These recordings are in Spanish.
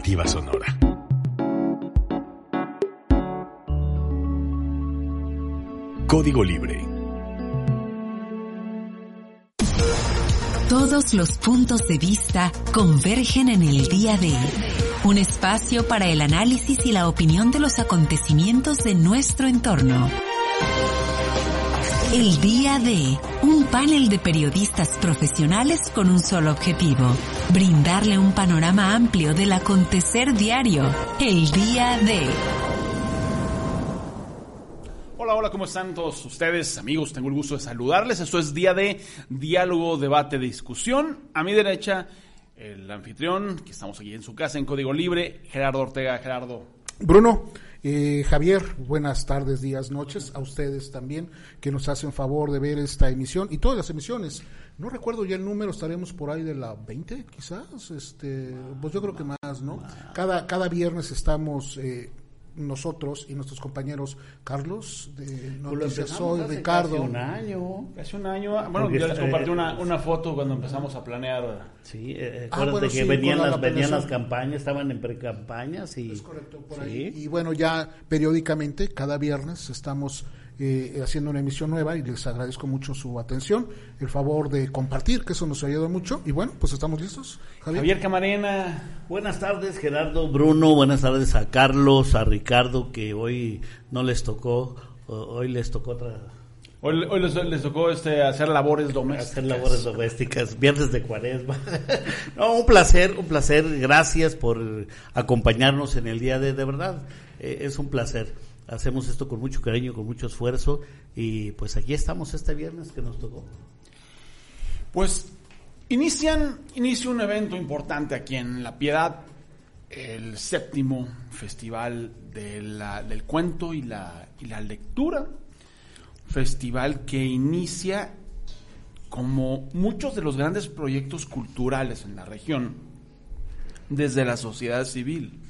Iniciativa Sonora. Código Libre. Todos los puntos de vista convergen en el Día D, un espacio para el análisis y la opinión de los acontecimientos de nuestro entorno. El Día D, un panel de periodistas profesionales con un solo objetivo: brindarle un panorama amplio del acontecer diario. El Día D. Hola, ¿cómo están todos ustedes, amigos? Tengo el gusto de saludarles. Esto es Día de Diálogo, Debate, Discusión. A mi derecha, el anfitrión, que estamos aquí en su casa, en Código Libre, Gerardo Ortega. Gerardo. Bruno, Javier, buenas tardes, días, noches. A ustedes también, que nos hacen favor de ver esta emisión y todas las emisiones. No recuerdo ya el número, estaremos por ahí de la 20, quizás. Pues yo creo que más, ¿no? Cada viernes estamos... nosotros y nuestros compañeros Carlos de Noticias Hoy, Ricardo. Casi un año. Bueno, yo les compartí una foto cuando empezamos a planear. Sí, acuérdate que venían las campañas, estaban en precampañas y... Es correcto, por ahí. Y bueno, ya periódicamente, cada viernes estamos haciendo una emisión nueva y les agradezco mucho su atención, el favor de compartir, que eso nos ayuda mucho. Y bueno, pues estamos listos. Javier Camarena. Buenas tardes, Gerardo, Bruno, buenas tardes a Carlos, a Ricardo, que hoy no les tocó, hoy les tocó otra... Hoy les tocó hacer labores domésticas. Viernes de Cuaresma. No, un placer, gracias por acompañarnos en el día de verdad, es un placer. Hacemos esto con mucho cariño, con mucho esfuerzo, y pues aquí estamos este viernes que nos tocó. Pues inicia un evento importante aquí en La Piedad, el 7º Festival del Cuento y la Lectura. Festival que inicia, como muchos de los grandes proyectos culturales en la región, desde la sociedad civil,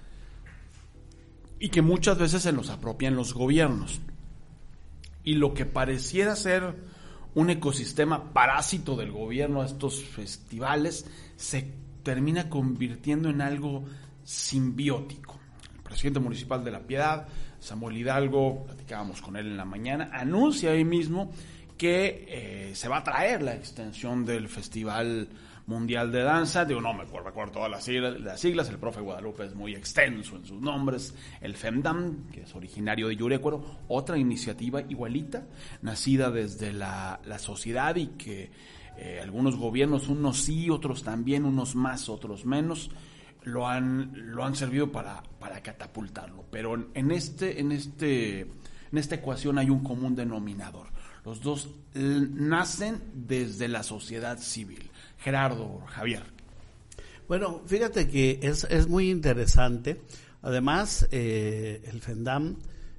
y que muchas veces se los apropian los gobiernos. Y lo que pareciera ser un ecosistema parásito del gobierno a estos festivales se termina convirtiendo en algo simbiótico. El presidente municipal de La Piedad, Samuel Hidalgo, platicábamos con él en la mañana, anuncia ahí mismo que se va a traer la extensión del Festival Mundial de Danza. Digo, no me recuerdo todas las siglas, el profe Guadalupe es muy extenso en sus nombres. El FEMDAM, que es originario de Yurecuero, otra iniciativa igualita, nacida desde la sociedad y que algunos gobiernos, unos sí, otros también, unos más, otros menos, lo han servido para catapultarlo. Pero en esta ecuación hay un común denominador. Los dos nacen desde la sociedad civil. Gerardo, Javier. Bueno, fíjate que es muy interesante. Además, el FEMDAM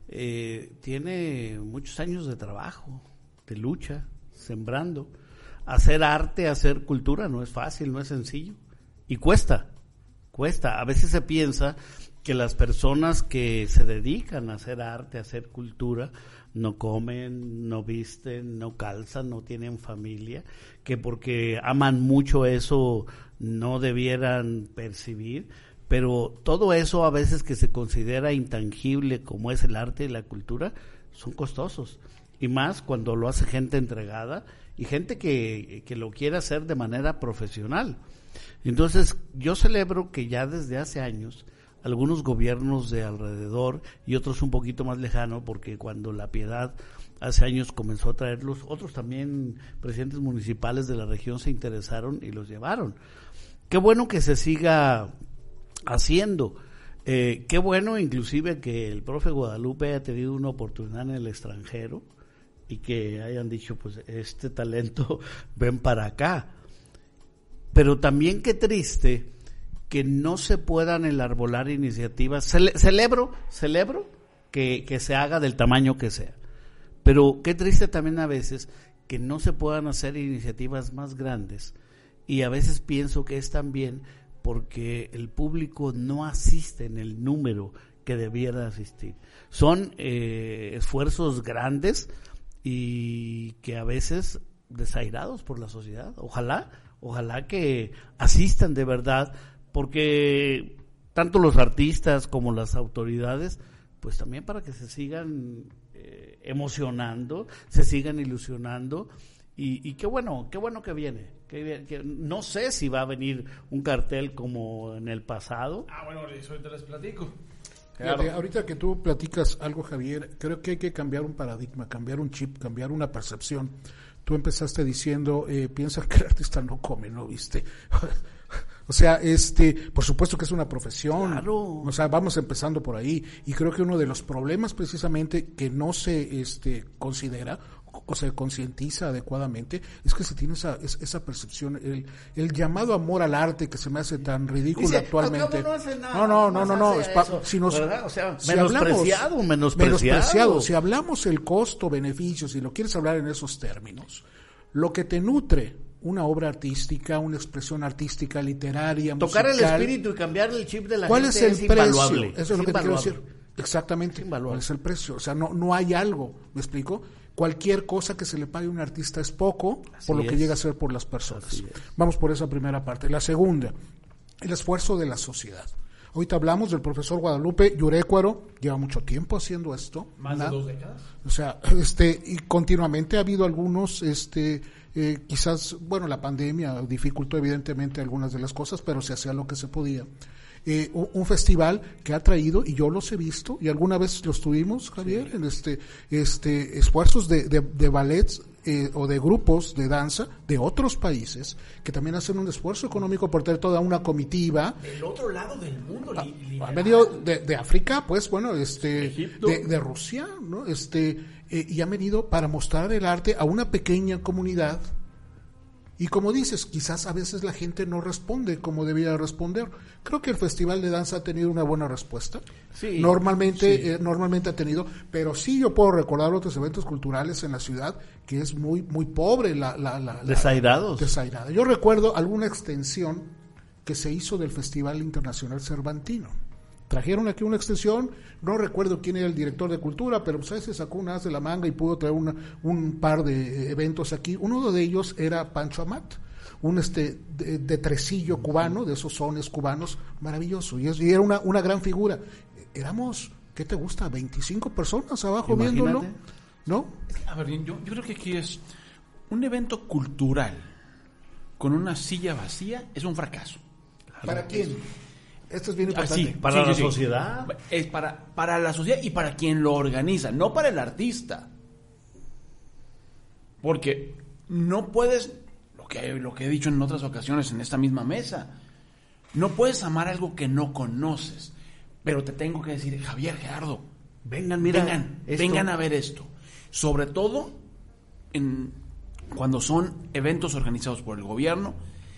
tiene muchos años de trabajo, de lucha, sembrando. Hacer arte, hacer cultura no es fácil, no es sencillo. Y cuesta. A veces se piensa que las personas que se dedican a hacer arte, a hacer cultura, no comen, no visten, no calzan, no tienen familia, que porque aman mucho eso no debieran percibir, pero todo eso a veces que se considera intangible, como es el arte y la cultura, son costosos, y más cuando lo hace gente entregada y gente que lo quiere hacer de manera profesional. Entonces yo celebro que ya desde hace años algunos gobiernos de alrededor y otros un poquito más lejano, porque cuando La Piedad hace años comenzó a traerlos, otros también presidentes municipales de la región se interesaron y los llevaron. Qué bueno que se siga haciendo, qué bueno inclusive que el profe Guadalupe haya tenido una oportunidad en el extranjero y que hayan dicho, pues este talento ven para acá. Pero también qué triste que no se puedan enarbolar iniciativas. Celebro que se haga del tamaño que sea, pero qué triste también a veces que no se puedan hacer iniciativas más grandes, y a veces pienso que es también porque el público no asiste en el número que debiera asistir. Son esfuerzos grandes y que a veces desairados por la sociedad. Ojalá que asistan de verdad, porque tanto los artistas como las autoridades, pues también para que se sigan emocionando, se sigan ilusionando. Y qué bueno que viene. Que no sé si va a venir un cartel como en el pasado. Bueno, eso ahorita les platico. Claro. Ahorita que tú platicas algo, Javier, creo que hay que cambiar un paradigma, cambiar un chip, cambiar una percepción. Tú empezaste diciendo, piensa que el artista no come, ¿no viste? O sea, por supuesto que es una profesión. Claro. O sea, vamos empezando por ahí. Y creo que uno de los problemas precisamente que no se considera o se concientiza adecuadamente es que se tiene esa percepción, el llamado amor al arte que se me hace tan ridículo. Dice, actualmente. No hace nada, no. O sea, menospreciado. Si hablamos el costo-beneficio, si lo quieres hablar en esos términos, lo que te nutre una obra artística, una expresión artística, literaria, tocar musical, el espíritu y cambiar el chip de la ¿cuál gente es el precio? Invaluable. Eso es lo que te quiero decir. Exactamente. ¿Cuál es el precio? O sea, no hay algo, ¿me explico? Cualquier cosa que se le pague a un artista es poco por lo que llega a ser por las personas. Vamos por esa primera parte. La segunda, el esfuerzo de la sociedad. Ahorita hablamos del profesor Guadalupe Yurécuaro, lleva mucho tiempo haciendo esto. ¿Más de 2 décadas? O sea, y continuamente ha habido algunos, quizás, bueno, la pandemia dificultó evidentemente algunas de las cosas, pero se hacía lo que se podía. Un festival que ha traído, y yo los he visto, y alguna vez los tuvimos, Javier, en esfuerzos de ballets o de grupos de danza de otros países que también hacen un esfuerzo económico por tener toda una comitiva del otro lado del mundo. Han venido de África, pues bueno, de Rusia, ¿no? Y han venido para mostrar el arte a una pequeña comunidad. Y como dices, quizás a veces la gente no responde como debía responder. Creo que el Festival de Danza ha tenido una buena respuesta. Sí, normalmente ha tenido, pero sí yo puedo recordar otros eventos culturales en la ciudad que es muy muy pobre desairados. Desairada. Yo recuerdo alguna extensión que se hizo del Festival Internacional Cervantino. Trajeron aquí una extensión, no recuerdo quién era el director de cultura, pero pues se sacó un as de la manga y pudo traer un par de eventos aquí. Uno de ellos era Pancho Amat, un de tresillo cubano, de esos sones cubanos, maravilloso, y era una gran figura. Éramos, ¿qué te gusta? 25 personas abajo. Imagínate. Viéndolo, ¿no? A ver, yo creo que aquí es un evento cultural con una silla vacía, es un fracaso. ¿Para quién? Esto es bien importante. Para la sociedad. Es para la sociedad y para quien lo organiza, no para el artista. Porque no puedes, lo que he dicho en otras ocasiones en esta misma mesa, no puedes amar algo que no conoces. Pero te tengo que decir, Javier, Gerardo, vengan a ver esto. Sobre todo cuando son eventos organizados por el gobierno,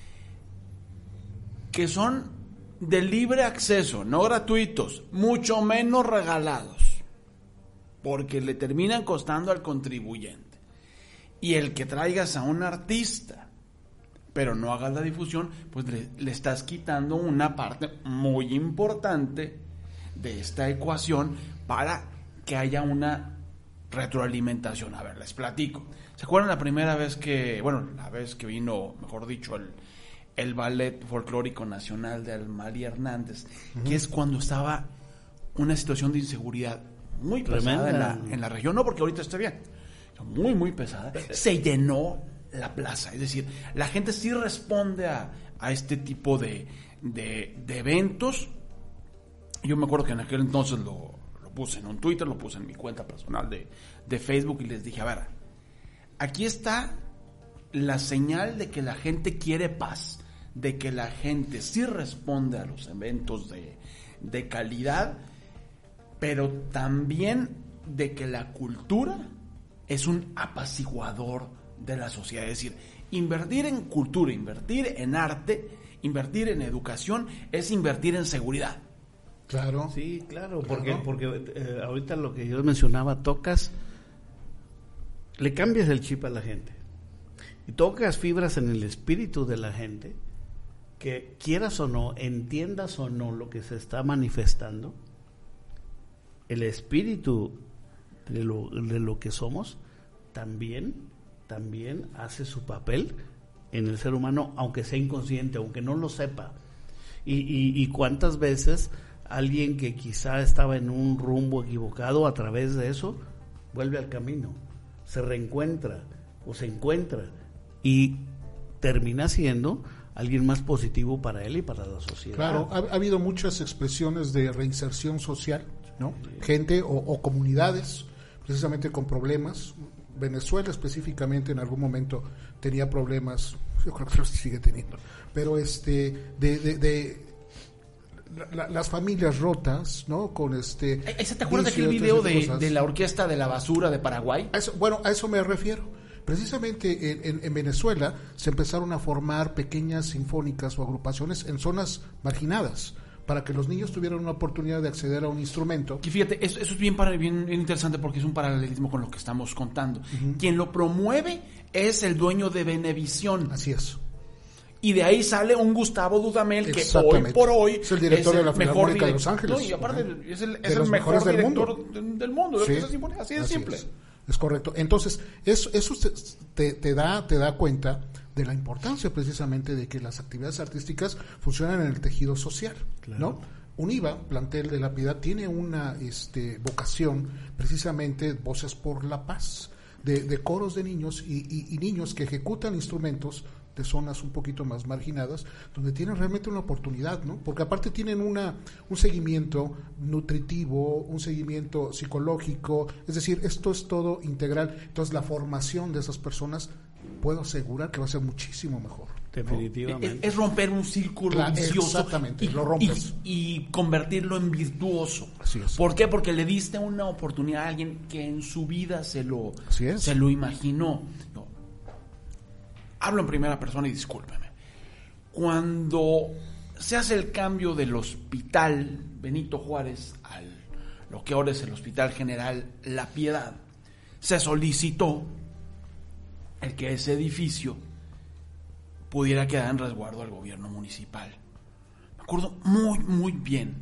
que son de libre acceso, no gratuitos, mucho menos regalados, porque le terminan costando al contribuyente. Y el que traigas a un artista, pero no hagas la difusión, pues le estás quitando una parte muy importante de esta ecuación para que haya una retroalimentación. A ver, les platico. ¿Se acuerdan la primera vez la vez que vino, mejor dicho, el Ballet Folclórico Nacional de Almaría Hernández, que es cuando estaba una situación de inseguridad muy pesada en la región, no porque ahorita esté bien, muy muy pesada, se llenó la plaza, es decir, la gente sí responde a este tipo de eventos. Yo me acuerdo que en aquel entonces lo puse en un Twitter, lo puse en mi cuenta personal de Facebook y les dije, a ver, aquí está la señal de que la gente quiere paz, de que la gente sí responde a los eventos de calidad, pero también de que la cultura es un apaciguador de la sociedad. Es decir, invertir en cultura, invertir en arte, invertir en educación, es invertir en seguridad. Claro. Sí, claro, porque ahorita lo que yo mencionaba, le cambias el chip a la gente. Y tocas fibras en el espíritu de la gente, que quieras o no, entiendas o no lo que se está manifestando, el espíritu de lo que somos también hace su papel en el ser humano, aunque sea inconsciente, aunque no lo sepa. Y cuántas veces alguien que quizá estaba en un rumbo equivocado, a través de eso vuelve al camino, se reencuentra o se encuentra y termina siendo alguien más positivo para él y para la sociedad. Claro, ha habido muchas expresiones de reinserción social, ¿no? Gente o comunidades precisamente con problemas. Venezuela específicamente en algún momento tenía problemas, yo creo que los sigue teniendo, pero las familias rotas, ¿no? Con ¿Te acuerdas de aquel video de la orquesta de la basura de Paraguay? A eso me refiero. Precisamente en Venezuela se empezaron a formar pequeñas sinfónicas o agrupaciones en zonas marginadas para que los niños tuvieran una oportunidad de acceder a un instrumento. Y fíjate, eso es bien interesante porque es un paralelismo con lo que estamos contando. Uh-huh. Quien lo promueve es el dueño de Venevisión. Así es. Y de ahí sale un Gustavo Dudamel que hoy por hoy es el director de la Filarmónica de Los Ángeles. No, y aparte es el mejor director del mundo. Sí, así de simple. Es correcto. Entonces, eso te da cuenta de la importancia precisamente de que las actividades artísticas funcionan en el tejido social, claro. ¿No? UNIVA, Plantel de la Piedad, tiene una vocación, precisamente Voces por la Paz, de coros de niños y niños que ejecutan instrumentos de zonas un poquito más marginadas, donde tienen realmente una oportunidad, ¿no? Porque aparte tienen un seguimiento nutritivo, un seguimiento psicológico, es decir, esto es todo integral. Entonces la formación de esas personas puedo asegurar que va a ser muchísimo mejor. Definitivamente. ¿No? Es romper un círculo vicioso. Exactamente, lo rompes. Y convertirlo en virtuoso. Así es. ¿Por qué? Porque le diste una oportunidad a alguien que en su vida se lo imaginó. No. Hablo en primera persona y discúlpeme. Cuando se hace el cambio del Hospital Benito Juárez a lo que ahora es el Hospital General La Piedad, se solicitó el que ese edificio pudiera quedar en resguardo al gobierno municipal. Me acuerdo muy, muy bien.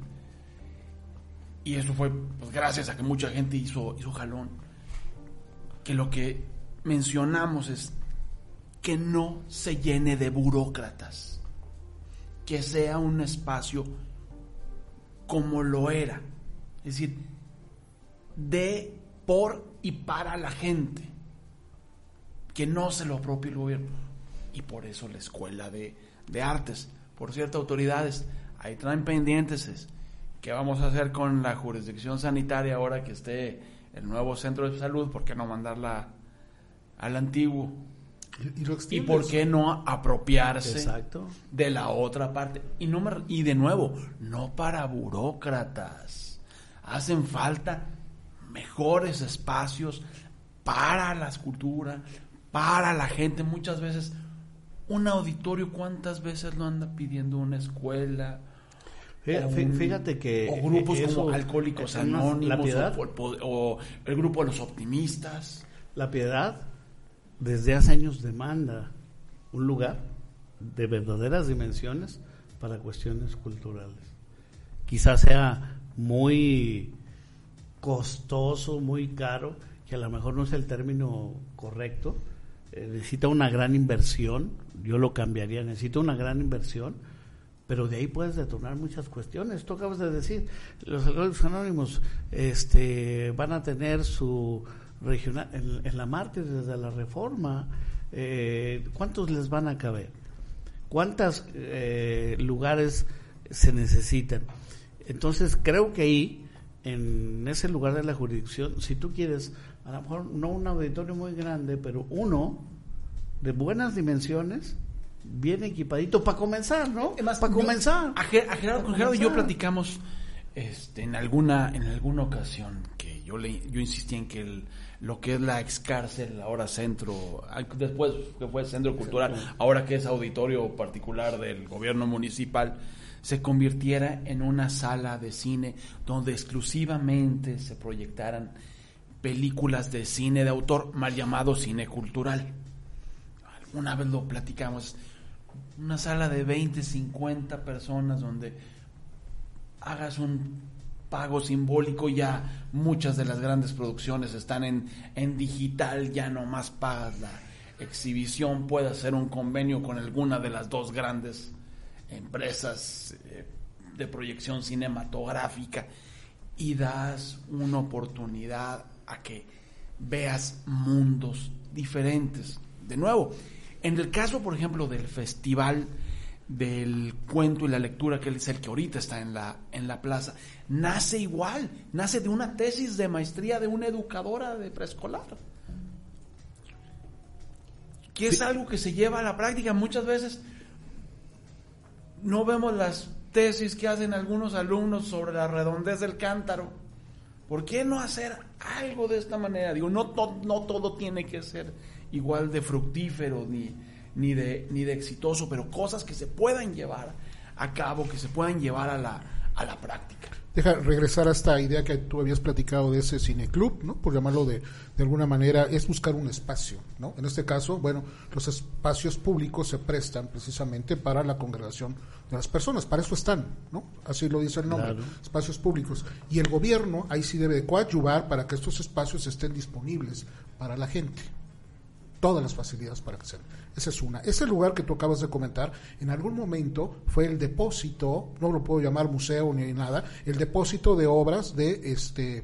Y eso fue pues, gracias a que mucha gente hizo jalón. Que lo que mencionamos es que no se llene de burócratas, que sea un espacio como lo era, es decir, de, por y para la gente, que no se lo apropie el gobierno. Y por eso la Escuela de Artes, por cierto, autoridades, ahí traen pendientes, ¿qué vamos a hacer con la jurisdicción sanitaria ahora que esté el nuevo centro de salud? ¿Por qué no mandarla al antiguo? ¿Y por qué no apropiarse Exacto. de la otra parte? Y de nuevo, no para burócratas. Hacen falta mejores espacios para la escultura, para la gente. Muchas veces un auditorio, ¿cuántas veces lo anda pidiendo una escuela? Fíjate que o grupos como Alcohólicos Anónimos, La Piedad, o el grupo de los optimistas. La Piedad desde hace años demanda un lugar de verdaderas dimensiones para cuestiones culturales. Quizás sea muy costoso, muy caro, que a lo mejor no es el término correcto. Necesita una gran inversión, yo lo cambiaría, necesita una gran inversión, pero de ahí puedes detonar muchas cuestiones. Tú acabas de decir, los Alcohólicos Anónimos van a tener su regional en la Mártir desde la Reforma. ¿Cuántos les van a caber? ¿Cuántos lugares se necesitan? Entonces creo que ahí, en ese lugar de la jurisdicción, si tú quieres, a lo mejor no un auditorio muy grande, pero uno de buenas dimensiones, bien equipadito para comenzar, ¿no? Para comenzar. A Gerardo y yo platicamos en alguna ocasión que yo insistí en que lo que es la ex cárcel, ahora centro, después que fue centro cultural, ahora que es auditorio particular del gobierno municipal, se convirtiera en una sala de cine donde exclusivamente se proyectaran películas de cine de autor, mal llamado cine cultural. Alguna vez lo platicamos, una sala de 20, 50 personas donde hagas un pago simbólico. Ya muchas de las grandes producciones están en digital, ya no más pagas la exhibición, puedes hacer un convenio con alguna de las dos grandes empresas de proyección cinematográfica y das una oportunidad a que veas mundos diferentes. De nuevo, en el caso, por ejemplo, del Festival del Cuento y la Lectura, que es el que ahorita está en la plaza, nace igual, nace de una tesis de maestría de una educadora de preescolar, que es algo que se lleva a la práctica. Muchas veces no vemos las tesis que hacen algunos alumnos sobre la redondez del cántaro. ¿Por qué no hacer algo de esta manera? Digo, no todo tiene que ser igual de fructífero ni de exitoso, pero cosas que se puedan llevar a cabo, que se puedan llevar a la práctica. Deja regresar a esta idea que tú habías platicado de ese cineclub, ¿no? Por llamarlo de alguna manera, es buscar un espacio, ¿no? En este caso, bueno, los espacios públicos se prestan precisamente para la congregación de las personas, para eso están, ¿no? Así lo dice el nombre, claro. Espacios públicos. Y el gobierno ahí sí debe de coadyuvar para que estos espacios estén disponibles para la gente. Todas las facilidades para que sean. Esa es una. Ese lugar que tú acabas de comentar, en algún momento fue el depósito, no lo puedo llamar museo ni nada, el depósito de obras de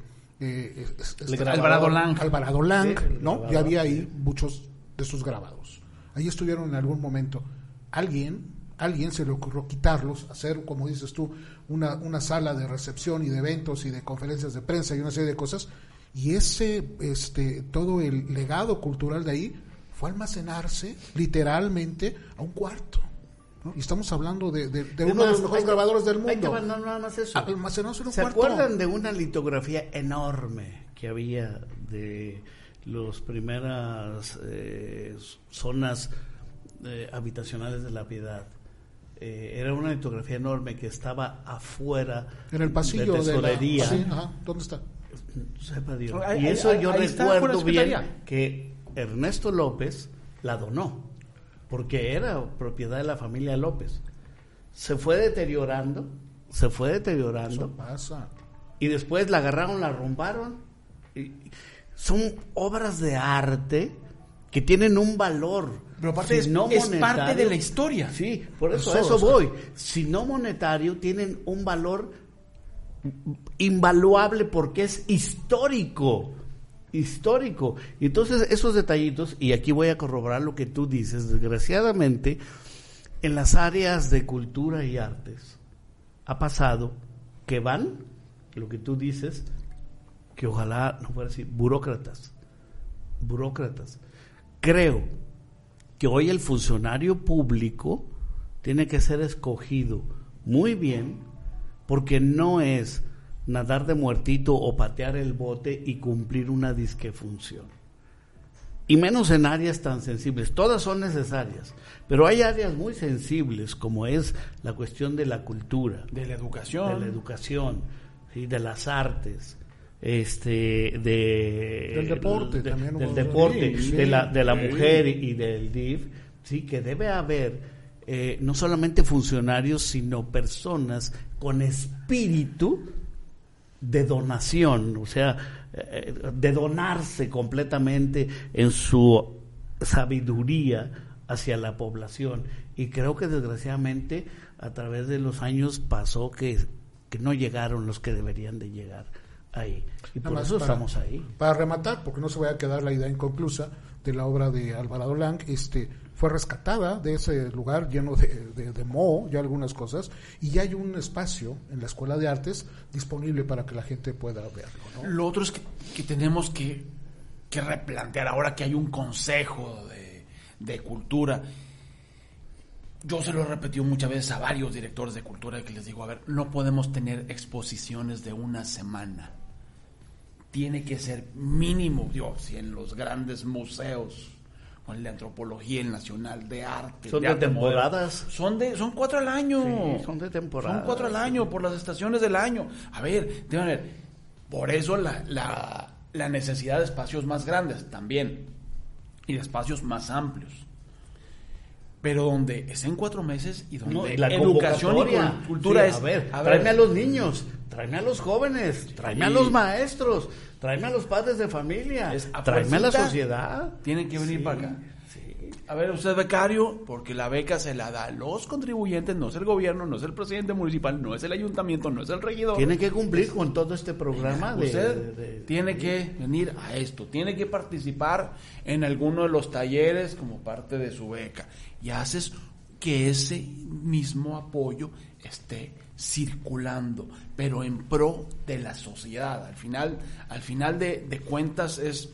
Alvarado Lang. Alvarado Lang, sí, ¿no? Alvarado, Ya había ahí muchos de sus grabados. Ahí estuvieron en algún momento. Alguien se le ocurrió quitarlos, hacer, como dices tú, una sala de recepción y de eventos y de conferencias de prensa y una serie de cosas, y todo el legado cultural de ahí fue almacenarse literalmente a un cuarto, ¿no? Y estamos hablando de uno de los mejores grabadores del mundo. Hay que abandonar nada más eso. Almacenarse en un ¿Se cuarto? acuerdan de una litografía enorme que había de las primeras zonas habitacionales de la Piedad? Era una litografía enorme que estaba afuera en el pasillo de tesorería. Sí, ajá. ¿Dónde está? Sepa Dios. Y eso yo recuerdo bien que Ernesto López la donó, porque era propiedad de la familia López. Se fue deteriorando. Eso pasa. Y después la agarraron, la arrumbaron. Son obras de arte que tienen un valor. Pero aparte es parte de la historia. Sí, por eso a eso voy. Si no monetario, tienen un valor invaluable porque es histórico. Y entonces esos detallitos, y aquí voy a corroborar lo que tú dices, desgraciadamente en las áreas de cultura y artes ha pasado que van, lo que tú dices, que ojalá no fuera así, burócratas. Creo que hoy el funcionario público tiene que ser escogido muy bien, porque no es nadar de muertito o patear el bote y cumplir una disque función. Y menos en áreas tan sensibles. Todas son necesarias, pero hay áreas muy sensibles, como es la cuestión de la cultura, de la educación, ¿sí? De las artes, del deporte, sí. de la mujer y del DIF, sí, que debe haber no solamente funcionarios, sino personas con espíritu de donación, o sea, de donarse completamente en su sabiduría hacia la población. Y creo que desgraciadamente a través de los años pasó que no llegaron los que deberían de llegar ahí. Y por eso estamos ahí. Para rematar, porque no se vaya a quedar la idea inconclusa de la obra de Alvarado Lang, fue rescatada de ese lugar lleno de moho, ya algunas cosas, y ya hay un espacio en la Escuela de Artes disponible para que la gente pueda verlo, ¿no? Lo otro es que tenemos que replantear ahora que hay un consejo de cultura. Yo se lo he repetido muchas veces a varios directores de cultura, que les digo, a ver, no podemos tener exposiciones de una semana. Tiene que ser mínimo, si en los grandes museos, o en la antropología, el Nacional de Arte. ¿Son de temporadas? Son 4 al año. Sí, son de temporadas. Son 4 al año, por las estaciones del año. A ver, por eso la necesidad de espacios más grandes también, y de espacios más amplios. Pero donde es en 4 meses y donde la educación y cultura sí, tráeme a los niños, tráeme a los jóvenes, tráeme a los maestros, tráeme a los padres de familia, tráeme a la sociedad. Tienen que venir para acá. Sí. A ver, usted es becario, porque la beca se la da a los contribuyentes, no es el gobierno, no es el presidente municipal, no es el ayuntamiento, no es el regidor. Tiene que cumplir con todo este programa. Usted tiene que venir a esto, tiene que participar en alguno de los talleres como parte de su beca. Y haces que ese mismo apoyo esté circulando, pero en pro de la sociedad. Al final de cuentas es...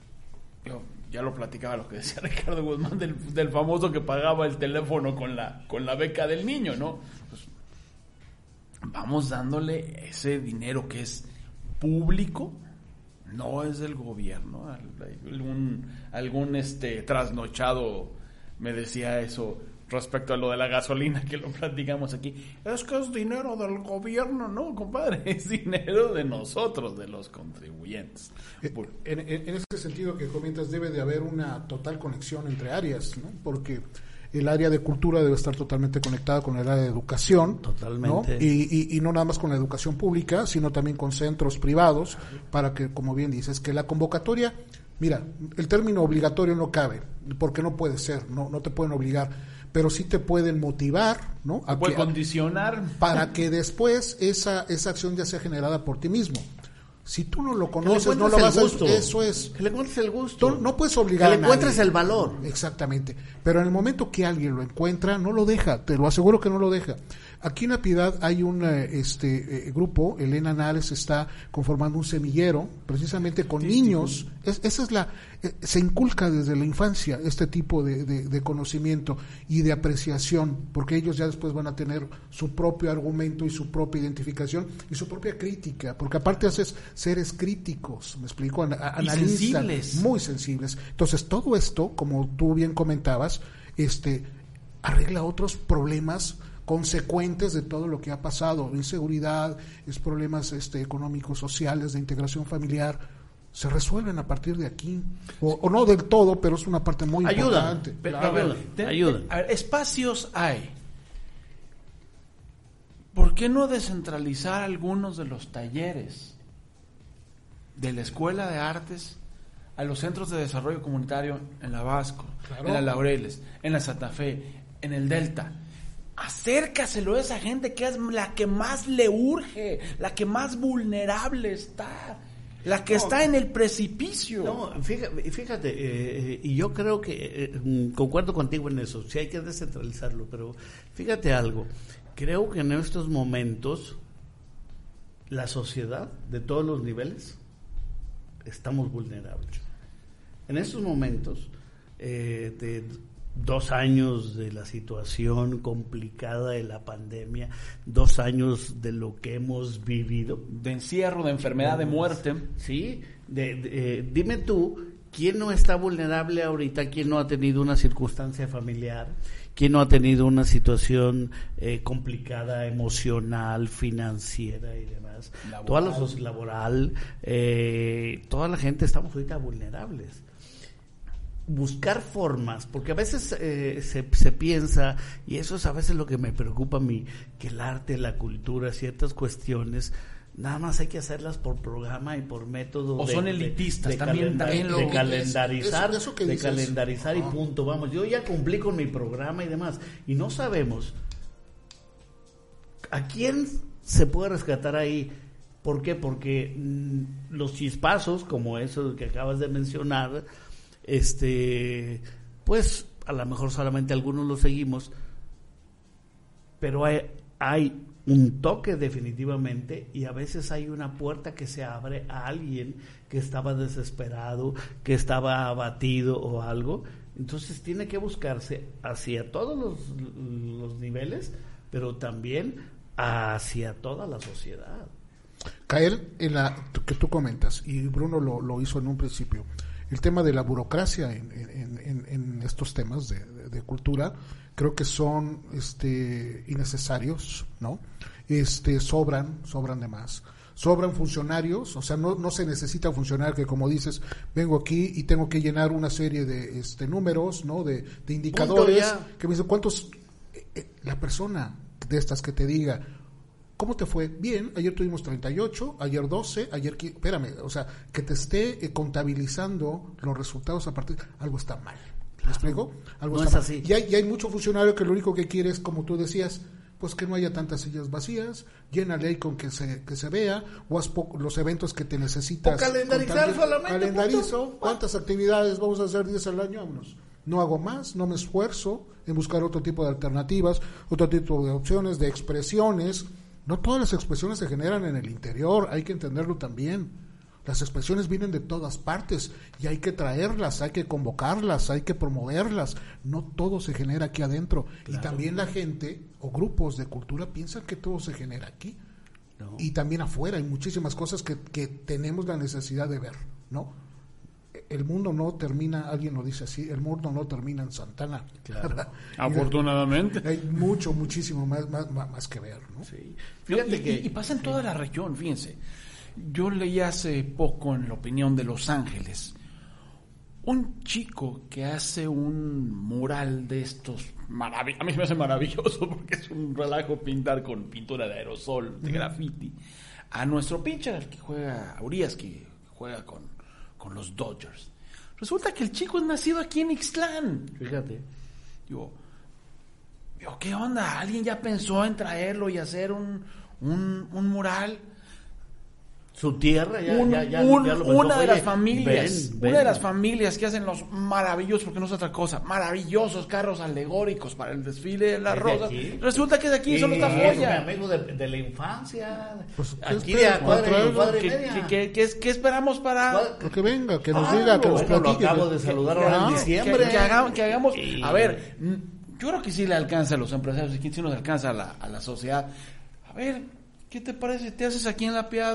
Ya lo platicaba lo que decía Ricardo Guzmán del famoso que pagaba el teléfono con la beca del niño, ¿no? Pues vamos dándole ese dinero que es público, no es del gobierno. Algún trasnochado me decía eso respecto a lo de la gasolina, que lo platicamos aquí. Es que es dinero del gobierno, no, compadre, es dinero de nosotros, de los contribuyentes. En ese sentido que comentas, debe de haber una total conexión entre áreas, ¿no? Porque el área de cultura debe estar totalmente conectada con el área de educación. Totalmente. ¿No? Y no nada más con la educación pública, sino también con centros privados, para que, como bien dices, que la convocatoria... Mira, el término obligatorio no cabe, porque no puede ser, no te pueden obligar, pero sí te pueden motivar, ¿no? Te puede condicionar. Para que después esa acción ya sea generada por ti mismo. Si tú no lo conoces, no lo vas a hacer. Eso es. Que le encuentres el gusto. No puedes obligar que a le encuentres nadie. el valor. Exactamente. Pero en el momento que alguien lo encuentra, no lo deja. Te lo aseguro que no lo deja. Aquí en La Piedad hay un grupo, Elena Nales está conformando un semillero, precisamente con niños. Esa es se inculca desde la infancia este tipo de conocimiento y de apreciación, porque ellos ya después van a tener su propio argumento y su propia identificación y su propia crítica, porque aparte haces seres críticos, me explico, analistas, muy sensibles. Entonces todo esto, como tú bien comentabas, arregla otros problemas consecuentes de todo lo que ha pasado, inseguridad, problemas económicos, sociales, de integración familiar, se resuelven a partir de aquí, o no del todo, pero es una parte muy importante. Ayudan. A ver, espacios hay. ¿Por qué no descentralizar algunos de los talleres de la Escuela de Artes a los centros de desarrollo comunitario en la Vasco, claro, en la Laureles, en la Santa Fe, en el Delta? Acércaselo a esa gente que es la que más le urge, la que más vulnerable está, la que está en el precipicio. No, fíjate, y yo creo que concuerdo contigo en eso, sí hay que descentralizarlo, pero fíjate algo, creo que en estos momentos la sociedad de todos los niveles estamos vulnerables. En estos momentos de 2 años de la situación complicada de la pandemia, 2 años de lo que hemos vivido. De encierro, de enfermedad, de muerte. Sí, dime tú, ¿quién no está vulnerable ahorita? ¿Quién no ha tenido una circunstancia familiar? ¿Quién no ha tenido una situación complicada, emocional, financiera y demás? Laboral. Toda la gente estamos ahorita vulnerables. Buscar formas, porque a veces se piensa, y eso es a veces lo que me preocupa a mí, que el arte, la cultura, ciertas cuestiones, nada más hay que hacerlas por programa y por método. O son elitistas, también de calendarizar y punto. Vamos, yo ya cumplí con mi programa y demás, y no sabemos a quién se puede rescatar ahí. ¿Por qué? Porque los chispazos, como eso que acabas de mencionar, pues a lo mejor solamente algunos lo seguimos, pero hay un toque definitivamente, y a veces hay una puerta que se abre a alguien que estaba desesperado, que estaba abatido o algo. Entonces tiene que buscarse hacia todos los niveles, pero también hacia toda la sociedad. Caer en la que tú comentas, y Bruno lo hizo en un principio, el tema de la burocracia en estos temas de cultura, creo que son innecesarios, ¿no? Sobran de más. Sobran funcionarios, o sea, no se necesita un funcionario que, como dices, vengo aquí y tengo que llenar una serie de números, ¿no? De indicadores, que me dicen cuántos, la persona de estas que te diga, ¿cómo te fue? Bien, ayer tuvimos 38, ayer 12, espérame, o sea, que te esté contabilizando los resultados a partir, algo está mal. ¿Me explico? Algo No está es mal. así. Y hay mucho funcionario que lo único que quiere es, como tú decías, pues que no haya tantas sillas vacías, llénale ahí con que se vea, o haz los eventos que te necesitas. O calendarizar solamente, Calendarizo, punto. ¿cuántas actividades vamos a hacer 10 al año? Vámonos. No hago más, no me esfuerzo en buscar otro tipo de alternativas, otro tipo de opciones, de expresiones. No todas las expresiones se generan en el interior, hay que entenderlo también. Las expresiones vienen de todas partes y hay que traerlas, hay que convocarlas, hay que promoverlas. No todo se genera aquí adentro. Claro. Y también la gente o grupos de cultura piensan que todo se genera aquí. No. Y también afuera hay muchísimas cosas que tenemos la necesidad de ver, ¿no? El mundo no termina, alguien lo dice así, el mundo no termina en Santana. Claro. Afortunadamente. Hay muchísimo más que ver, ¿no? Sí. Fíjate y pasa en toda la región, fíjense. Yo leí hace poco en La Opinión de Los Ángeles un chico que hace un mural de estos a mí me hace maravilloso porque es un relajo pintar con pintura de aerosol, de graffiti, a nuestro pitcher que juega, a Urias, que juega con los Dodgers. Resulta que el chico es nacido aquí en Ixtlán. Fíjate. Digo, ¿qué onda? ¿Alguien ya pensó en traerlo y hacer un mural? Su tierra ya una de las familias, una de las familias que hacen los maravillosos, porque no es otra cosa, maravillosos carros alegóricos para el desfile de las rosas. Resulta que de aquí solo está Foya. Es mi amigo de la infancia. Pues, aquí de cuadra y media. ¿Qué esperamos para que venga, que nos diga, que nos platique? Lo acabo de saludar ahora en diciembre. Que hagamos, a ver, yo creo que sí le alcanza a los empresarios, y sí nos alcanza a la sociedad. A ver, ¿qué te parece? ¿Te haces aquí en La Piedad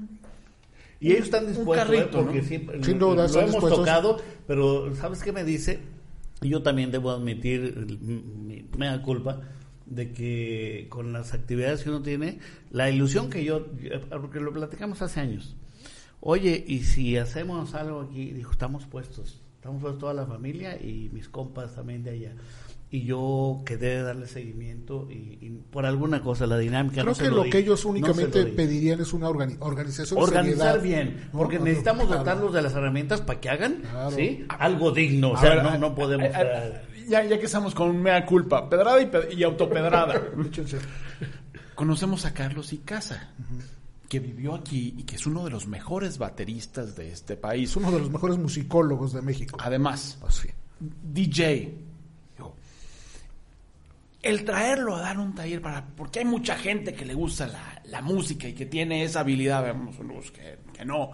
y ellos están dispuestos, carrito, porque ¿no? siempre Sin duda, lo hemos tocado, pero ¿sabes qué me dice? Yo también debo admitir mi mea culpa de que con las actividades que uno tiene, la ilusión que yo, porque lo platicamos hace años, oye, y si hacemos algo aquí, dijo, estamos puestos toda la familia y mis compas también de allá. Y yo quedé de darle seguimiento y por alguna cosa, la dinámica. Creo que lo que ellos únicamente pedirían es una organización. Organizar bien, porque necesitamos dotarlos de las herramientas para que hagan ¿sí? algo digno. O sea, no podemos. Ya que estamos con mea culpa, pedrada y autopedrada. Conocemos a Carlos Icaza, que vivió aquí y que es uno de los mejores bateristas de este país. Es uno de los mejores musicólogos de México. Además, sí. DJ. El traerlo a dar un taller porque hay mucha gente que le gusta la música y que tiene esa habilidad, vemos unos que no.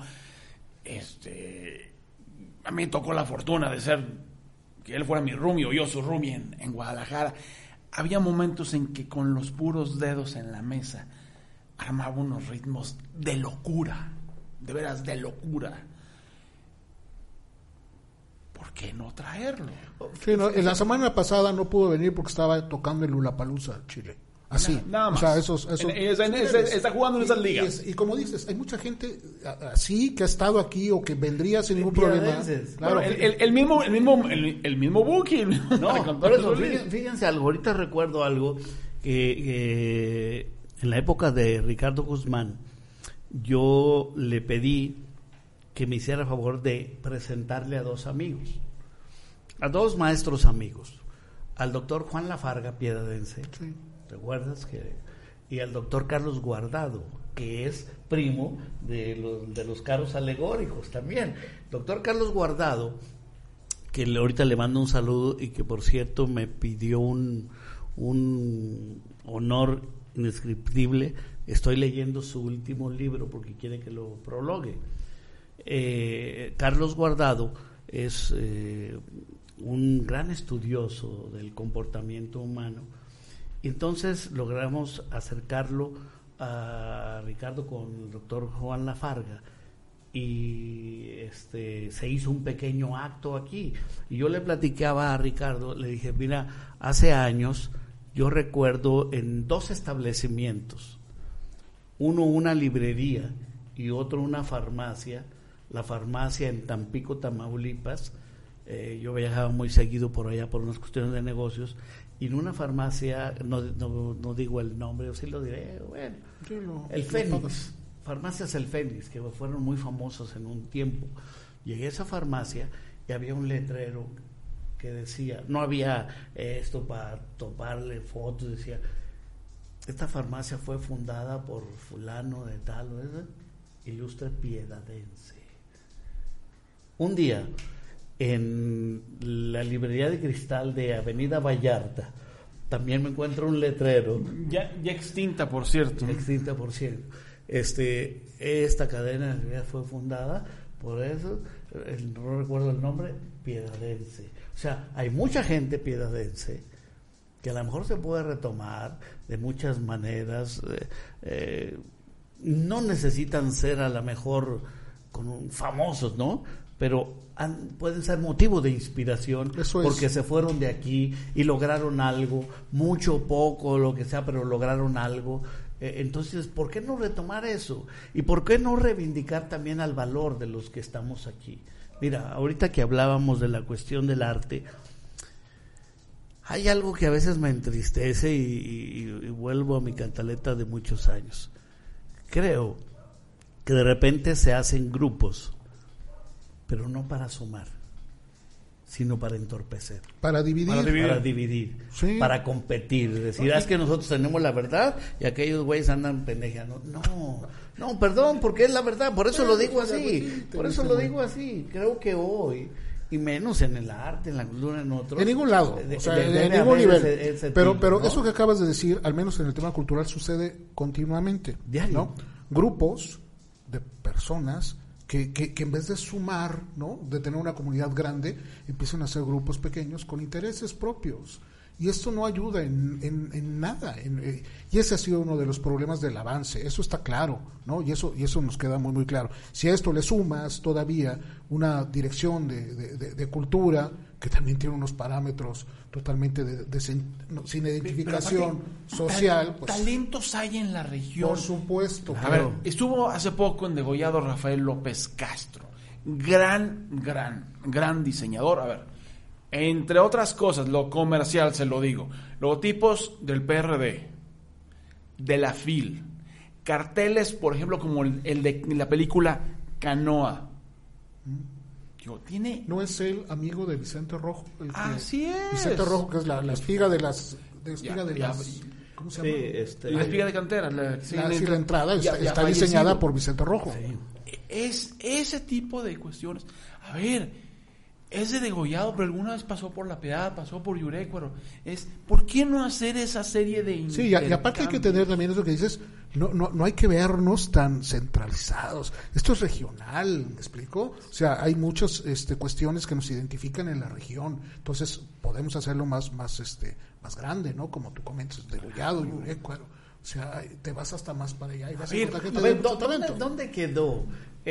A mí me tocó la fortuna de que él fuera mi roomie o yo su roomie en Guadalajara. Había momentos en que con los puros dedos en la mesa armaba unos ritmos de locura, de veras de locura. ¿Por qué no traerlo? Sí, no, en la semana pasada no pudo venir porque estaba tocando en Lollapalooza, Chile. Así. Nada más. O sea, está jugando en esas ligas. Y como dices, hay mucha gente así que ha estado aquí o que vendría sin ningún problema. Claro. El mismo Buki. No, por eso, fíjense algo. Ahorita recuerdo algo que en la época de Ricardo Guzmán, yo le pedí que me hiciera favor de presentarle a dos amigos, a dos maestros amigos, al doctor Juan Lafarga, piedadense, sí. ¿Te acuerdas? Y al doctor Carlos Guardado, que es primo de los carros alegóricos también. Doctor Carlos Guardado, que ahorita le mando un saludo y que por cierto me pidió un honor indescriptible. Estoy leyendo su último libro porque quiere que lo prologue. Carlos Guardado es un gran estudioso del comportamiento humano. Entonces logramos acercarlo a Ricardo con el doctor Juan Lafarga y se hizo un pequeño acto aquí. Y yo le platicaba a Ricardo, le dije, mira, hace años yo recuerdo en dos establecimientos, uno una librería y otro una farmacia, la farmacia en Tampico, Tamaulipas. Yo viajaba muy seguido por allá por unas cuestiones de negocios, y en una farmacia, no digo el nombre, o sí lo diré, bueno, el Fénix, farmacias El Fénix, que fueron muy famosos en un tiempo. Llegué a esa farmacia y había un letrero que decía, no había esto para tomarle fotos, decía, esta farmacia fue fundada por fulano de tal, ¿verdad? Ilustre piedadense. Un día, en la librería de cristal de Avenida Vallarta, también me encuentro un letrero. Ya extinta, por cierto. Extinta, por cierto. Esta cadena ya fue fundada por eso, no recuerdo el nombre, piedadense. O sea, hay mucha gente piedadense que a lo mejor se puede retomar de muchas maneras. No necesitan ser a lo mejor famosos, ¿no? Pero pueden ser motivo de inspiración. Eso es. Porque se fueron de aquí y lograron algo, mucho o poco, lo que sea, pero lograron algo. Entonces, ¿por qué no retomar eso? ¿Y por qué no reivindicar también al valor de los que estamos aquí? Mira, ahorita que hablábamos de la cuestión del arte, hay algo que a veces me entristece y vuelvo a mi cantaleta de muchos años. Creo que de repente se hacen grupos, pero no para sumar, sino para entorpecer. Para dividir. Para dividir, Sí. para competir. Decir, es que nosotros tenemos la verdad y aquellos güeyes andan pendejeando. No, perdón, porque es la verdad. Por eso lo digo así. Por eso lo digo así. Creo que hoy, y menos en el arte, en la cultura, en otros. En ningún lado, o sea, en ningún nivel. Pero eso que acabas de decir, al menos en el tema cultural, sucede continuamente. Diario. ¿No? Grupos de personas que en vez de sumar, ¿no? De tener una comunidad grande, empiezan a ser grupos pequeños con intereses propios. Y esto no ayuda en nada. Y ese ha sido uno de los problemas del avance. Eso está claro, ¿no? Y eso nos queda muy, muy claro. Si a esto le sumas todavía una dirección de cultura, que también tiene unos parámetros totalmente sin identificación social. Pues, talentos hay en la región. por supuesto. A ver, estuvo hace poco en degollado Rafael López Castro. Gran diseñador. A ver, entre otras cosas, lo comercial, se lo digo. Logotipos del PRD, de la FIL, carteles, por ejemplo, como el de la película Canoa. ¿No es el amigo de Vicente Rojo? Así es. Vicente Rojo, que es la espiga de las... ¿Cómo se llama? La espiga de cantera. La entrada está diseñada por Vicente Rojo. Sí. Es ese tipo de cuestiones. A ver, es de degollado, pero alguna vez pasó por La Piedad, pasó por Yurecuaro. ¿Por qué no hacer esa serie de Sí, y aparte hay que tener también eso que dices, no hay que vernos tan centralizados. Esto es regional, ¿me explico? O sea, hay muchas cuestiones que nos identifican en la región. Entonces, podemos hacerlo más grande, ¿no? Como tú comentas, degollado, Yurecuaro. O sea, te vas hasta más para allá y vas a encontrar gente ¿Dónde quedó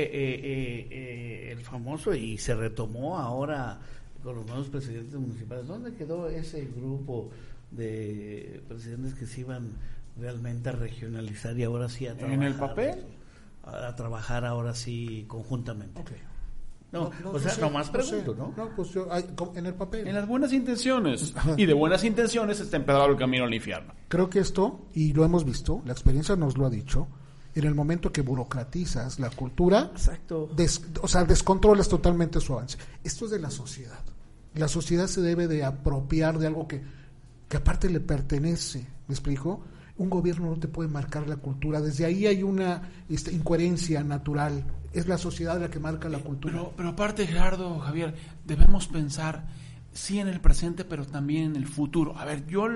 el famoso, y se retomó ahora con los nuevos presidentes municipales? ¿Dónde quedó ese grupo de presidentes que se iban realmente a regionalizar y ahora sí a trabajar? ¿En el papel? A trabajar ahora sí conjuntamente. Okay. Nomás pregunto, ¿no? No, pues en el papel. En las buenas intenciones. Y de buenas intenciones está empedrado el camino al infierno. Creo que esto, y lo hemos visto, la experiencia nos lo ha dicho, en el momento que burocratizas la cultura, exacto, descontrolas totalmente su avance. Esto es de la sociedad. La sociedad se debe de apropiar de algo que aparte le pertenece. ¿Me explico? Un gobierno no te puede marcar la cultura. Desde ahí hay una incoherencia natural. Es la sociedad la que marca la cultura. Pero aparte, Gerardo, Javier, debemos pensar, sí, en el presente, pero también en el futuro. A ver, yo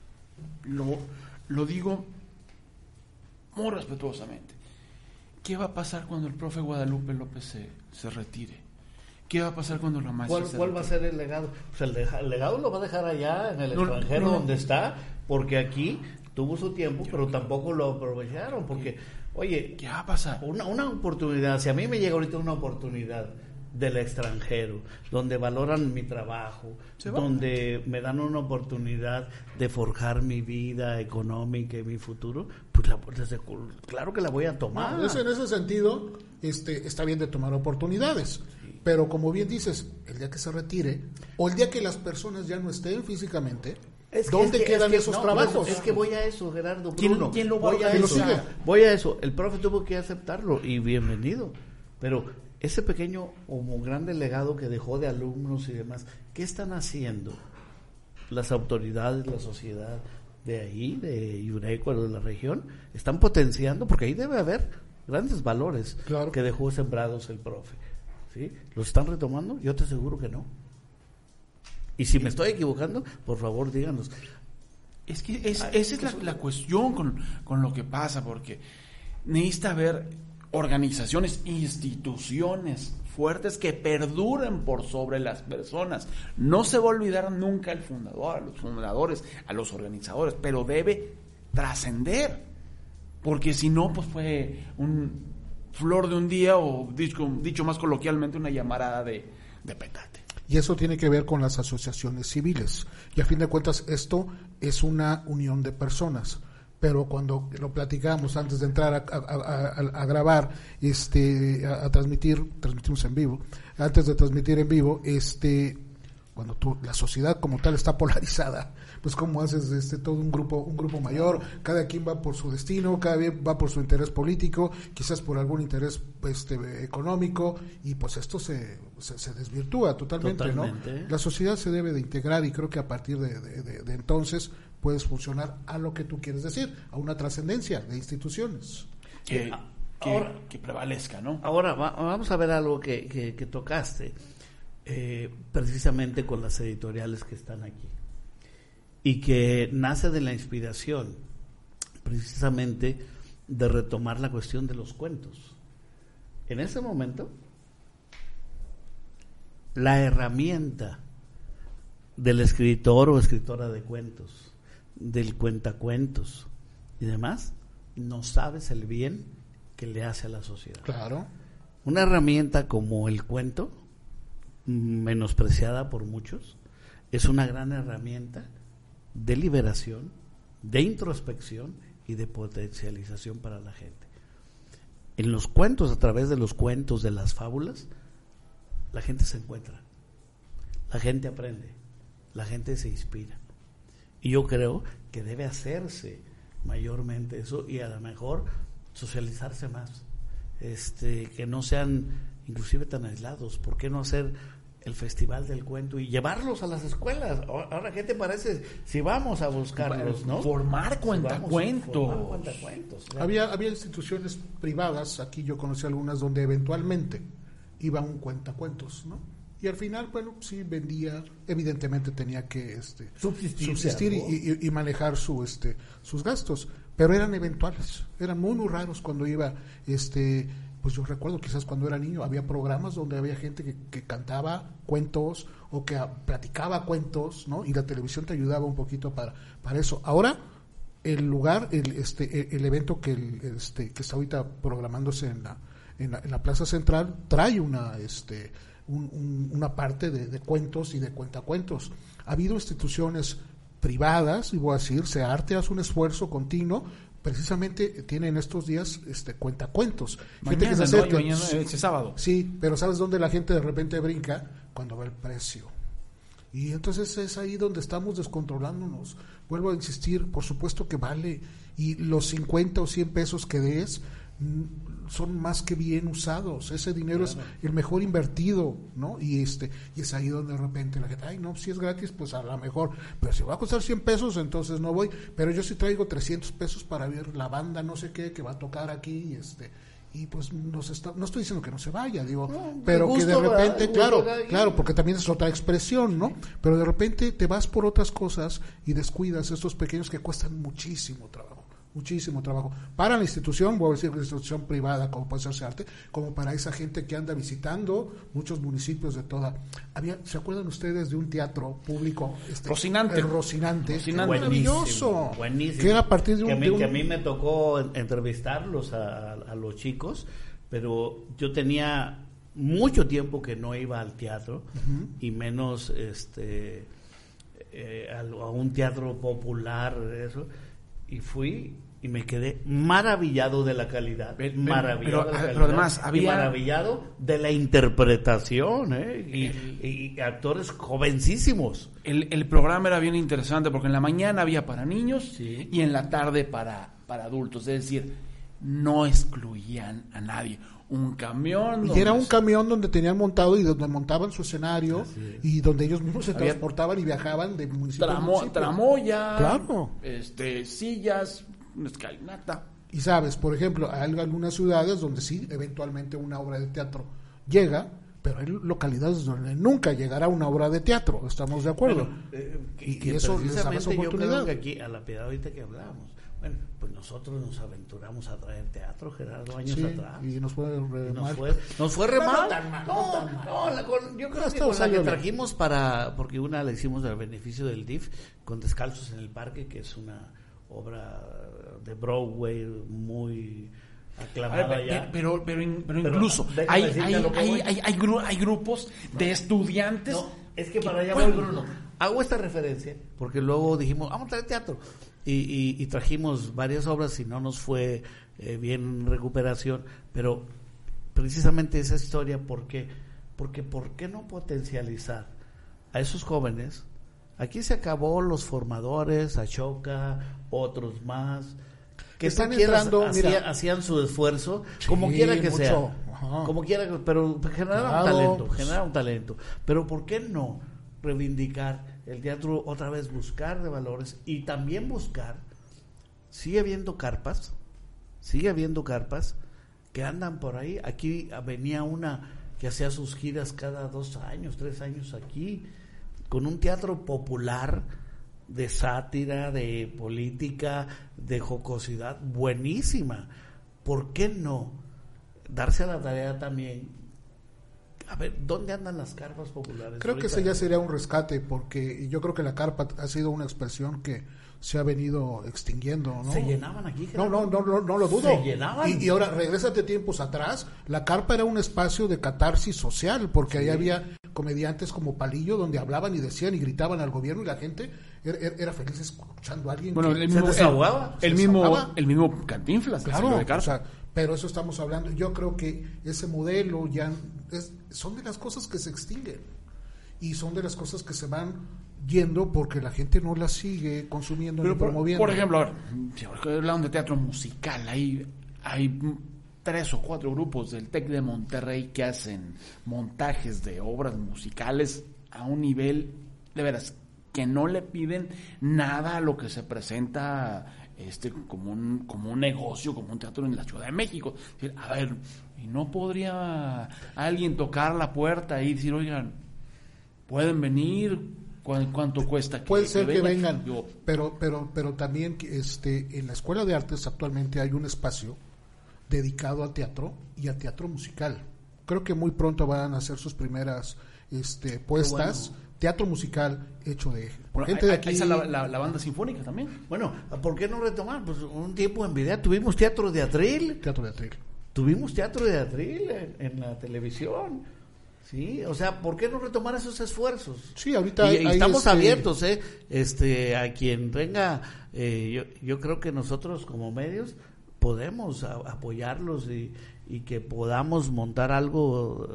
lo digo muy respetuosamente. ¿Qué va a pasar cuando el profe Guadalupe López se retire? ¿Qué va a pasar cuando la maestra ¿Cuál va a ser el legado? O sea, el legado lo va a dejar allá en el extranjero donde está, porque aquí tuvo su tiempo, pero tampoco lo aprovecharon, porque, oye, ¿qué va a pasar? Una oportunidad, si a mí me llega ahorita una oportunidad del extranjero, donde valoran mi trabajo, donde me dan una oportunidad de forjar mi vida económica y mi futuro, pues claro que la voy a tomar. En ese sentido, está bien de tomar oportunidades. Pero como bien dices, el día que se retire, o el día que las personas ya no estén físicamente, ¿dónde quedan esos trabajos? Es que voy a eso, Gerardo. Bruno, ¿quién lo va a Voy a eso. El profe tuvo que aceptarlo y bienvenido. Pero ese pequeño o grande legado que dejó de alumnos y demás, ¿qué están haciendo las autoridades, la sociedad de ahí, de Yurecuaro, de la región? Están potenciando, porque ahí debe haber grandes valores que dejó sembrados el profe, ¿sí? ¿Los están retomando? Yo te aseguro que no. Y si me estoy equivocando, por favor díganos. Es que esa es la cuestión con lo que pasa, porque necesita haber organizaciones, instituciones fuertes que perduren por sobre las personas. No se va a olvidar nunca el fundador, a los fundadores, a los organizadores, pero debe trascender, porque si no, pues fue un flor de un día, o dicho más coloquialmente, una llamarada de petate. Y eso tiene que ver con las asociaciones civiles. Y a fin de cuentas, esto es una unión de personas. Pero cuando lo platicamos antes de entrar a grabar, a transmitimos en vivo, antes de transmitir en vivo, cuando la sociedad como tal está polarizada, pues cómo haces todo un grupo mayor, cada quien va por su destino, cada quien va por su interés político, quizás por algún interés económico, y pues esto se desvirtúa totalmente, ¿no? La sociedad se debe de integrar, y creo que a partir de entonces puedes funcionar a lo que tú quieres decir, a una trascendencia de instituciones. Que prevalezca, ¿no? Ahora vamos a ver algo que tocaste, precisamente con las editoriales que están aquí, y que nace de la inspiración precisamente de retomar la cuestión de los cuentos. En ese momento, la herramienta del escritor o escritora de cuentos, del cuentacuentos y demás, no sabes el bien que le hace a la sociedad. Claro. Una herramienta como el cuento, menospreciada por muchos, es una gran herramienta de liberación, de introspección y de potencialización para la gente. En los cuentos, a través de los cuentos, de las fábulas, la gente se encuentra, la gente aprende, la gente se inspira. Y yo creo que debe hacerse mayormente eso, y a lo mejor socializarse más, que no sean inclusive tan aislados. ¿Por qué no hacer el festival del cuento y llevarlos a las escuelas? Ahora, ¿qué te parece si vamos a buscarlos, no? Formar cuentacuentos. Había instituciones privadas, aquí yo conocí algunas, donde eventualmente iba un cuentacuentos, ¿no? Y al final, bueno, sí vendía, evidentemente tenía que subsistir, ¿no? y manejar sus gastos, pero eran eventuales, eran muy raros cuando iba, pues yo recuerdo quizás cuando era niño, había programas donde había gente que cantaba cuentos o que platicaba cuentos, ¿no? Y la televisión te ayudaba un poquito para eso. Ahora, el lugar, el evento que está ahorita programándose en la Plaza Central, trae una parte de cuentos y de cuentacuentos. Ha habido instituciones privadas, y voy a decir, SEARTE hace un esfuerzo continuo, precisamente tiene en estos días cuentacuentos. Mañana, gente que se acerca, mañana, este sábado. Sí, pero ¿sabes dónde la gente de repente brinca? Cuando ve el precio. Y entonces es ahí donde estamos descontrolándonos. Vuelvo a insistir, por supuesto que vale, y los 50 o 100 pesos que des son más que bien usados. Ese dinero es el mejor invertido, ¿no? Y es ahí donde de repente la gente, ay, no, si es gratis, pues a lo mejor, pero si va a costar 100 pesos, entonces no voy, pero yo sí traigo 300 pesos para ver la banda no sé qué que va a tocar aquí, y pues no estoy diciendo que no se vaya, digo, pero que de repente, claro, porque también es otra expresión, ¿no? Pero de repente te vas por otras cosas y descuidas estos pequeños que cuestan muchísimo trabajo para la institución, voy a decir la institución privada como puede ser SEARTE, como para esa gente que anda visitando muchos municipios de toda. ¿Se acuerdan ustedes de un teatro público? Rocinante. El Rocinante. Buenísimo. Que era a partir de que a mí me tocó entrevistarlos a los chicos, pero yo tenía mucho tiempo que no iba al teatro, y menos a un teatro popular, eso, y fui y me quedé maravillado de la calidad, pero además había maravillado de la interpretación, y actores jovencísimos. El programa era bien interesante porque en la mañana había para niños y en la tarde para adultos, es decir, no excluían a nadie. Un camión. Y era un camión donde tenían montado y donde montaban su escario y donde ellos mismos se transportaban y viajaban de municipio a municipio. Tramoya, claro. Sillas, una escalinata. Y sabes, por ejemplo, hay algunas ciudades donde sí, eventualmente una obra de teatro llega, pero hay localidades donde nunca llegará una obra de teatro, ¿estamos de acuerdo? Bueno, y eso les da esa oportunidad. Yo creo que aquí, a la piedad ahorita que hablábamos, bueno, pues nosotros nos aventuramos a traer teatro, Gerardo, años atrás. Y nos fue re mal. Nos fue re mal. Yo creo que con la que trajimos porque una la hicimos del beneficio del DIF, con Descalzos en el Parque, que es una obra de Broadway muy aclamada ya. Pero incluso hay grupos de estudiantes. No, es que para allá voy, Bruno. Hago esta referencia porque luego dijimos, vamos a traer teatro. Y trajimos varias obras y no nos fue bien recuperación, pero precisamente esa historia, porque ¿por qué no potencializar a esos jóvenes? Aquí se acabó los formadores, Ashoka, otros más, que están entrando, hacían su esfuerzo, como quiera que sea, como quiera, pero genera un talento. Pero ¿por qué no reivindicar el teatro otra vez, buscar de valores y también buscar? Sigue habiendo carpas que andan por ahí. Aquí venía una que hacía sus giras cada 2 años, 3 años aquí, con un teatro popular de sátira, de política, de jocosidad, buenísima. ¿Por qué no darse a la tarea también? A ver, ¿dónde andan las carpas populares? Creo que ese ya sería un rescate, porque yo creo que la carpa ha sido una expresión que se ha venido extinguiendo, ¿no? ¿Se llenaban aquí, Gerardo? No lo dudo. ¿Se llenaban? Y ahora, regrésate tiempos atrás, la carpa era un espacio de catarsis social, porque ahí había comediantes como Palillo, donde hablaban y decían y gritaban al gobierno, y la gente era feliz escuchando a alguien que se desahogaba. El mismo Cantinflas. Claro, o sea, pero eso estamos hablando. Yo creo que ese modelo ya son de las cosas que se extinguen y son de las cosas que se van yendo porque la gente no las sigue consumiendo ni promoviendo. Por ejemplo, ahora, hablando de teatro musical, hay 3 o 4 grupos del TEC de Monterrey que hacen montajes de obras musicales a un nivel, de veras, que no le piden nada a lo que se presenta como un negocio, como un teatro en la Ciudad de México. A ver, ¿y no podría alguien tocar la puerta y decir, oigan, pueden venir? ¿Cuánto cuesta? Puede ser que vengan, pero también en la Escuela de Artes actualmente hay un espacio dedicado al teatro y al teatro musical. Creo que muy pronto van a hacer sus primeras puestas. Bueno. Teatro musical hecho de gente de aquí. Ahí está la banda sinfónica también. Bueno, ¿por qué no retomar? Pues un tiempo en video tuvimos teatro de atril. Tuvimos teatro de atril en la televisión. Sí, o sea, ¿por qué no retomar esos esfuerzos? Sí, ahorita y estamos abiertos, a quien venga. Yo creo que nosotros como medios podemos apoyarlos y que podamos montar algo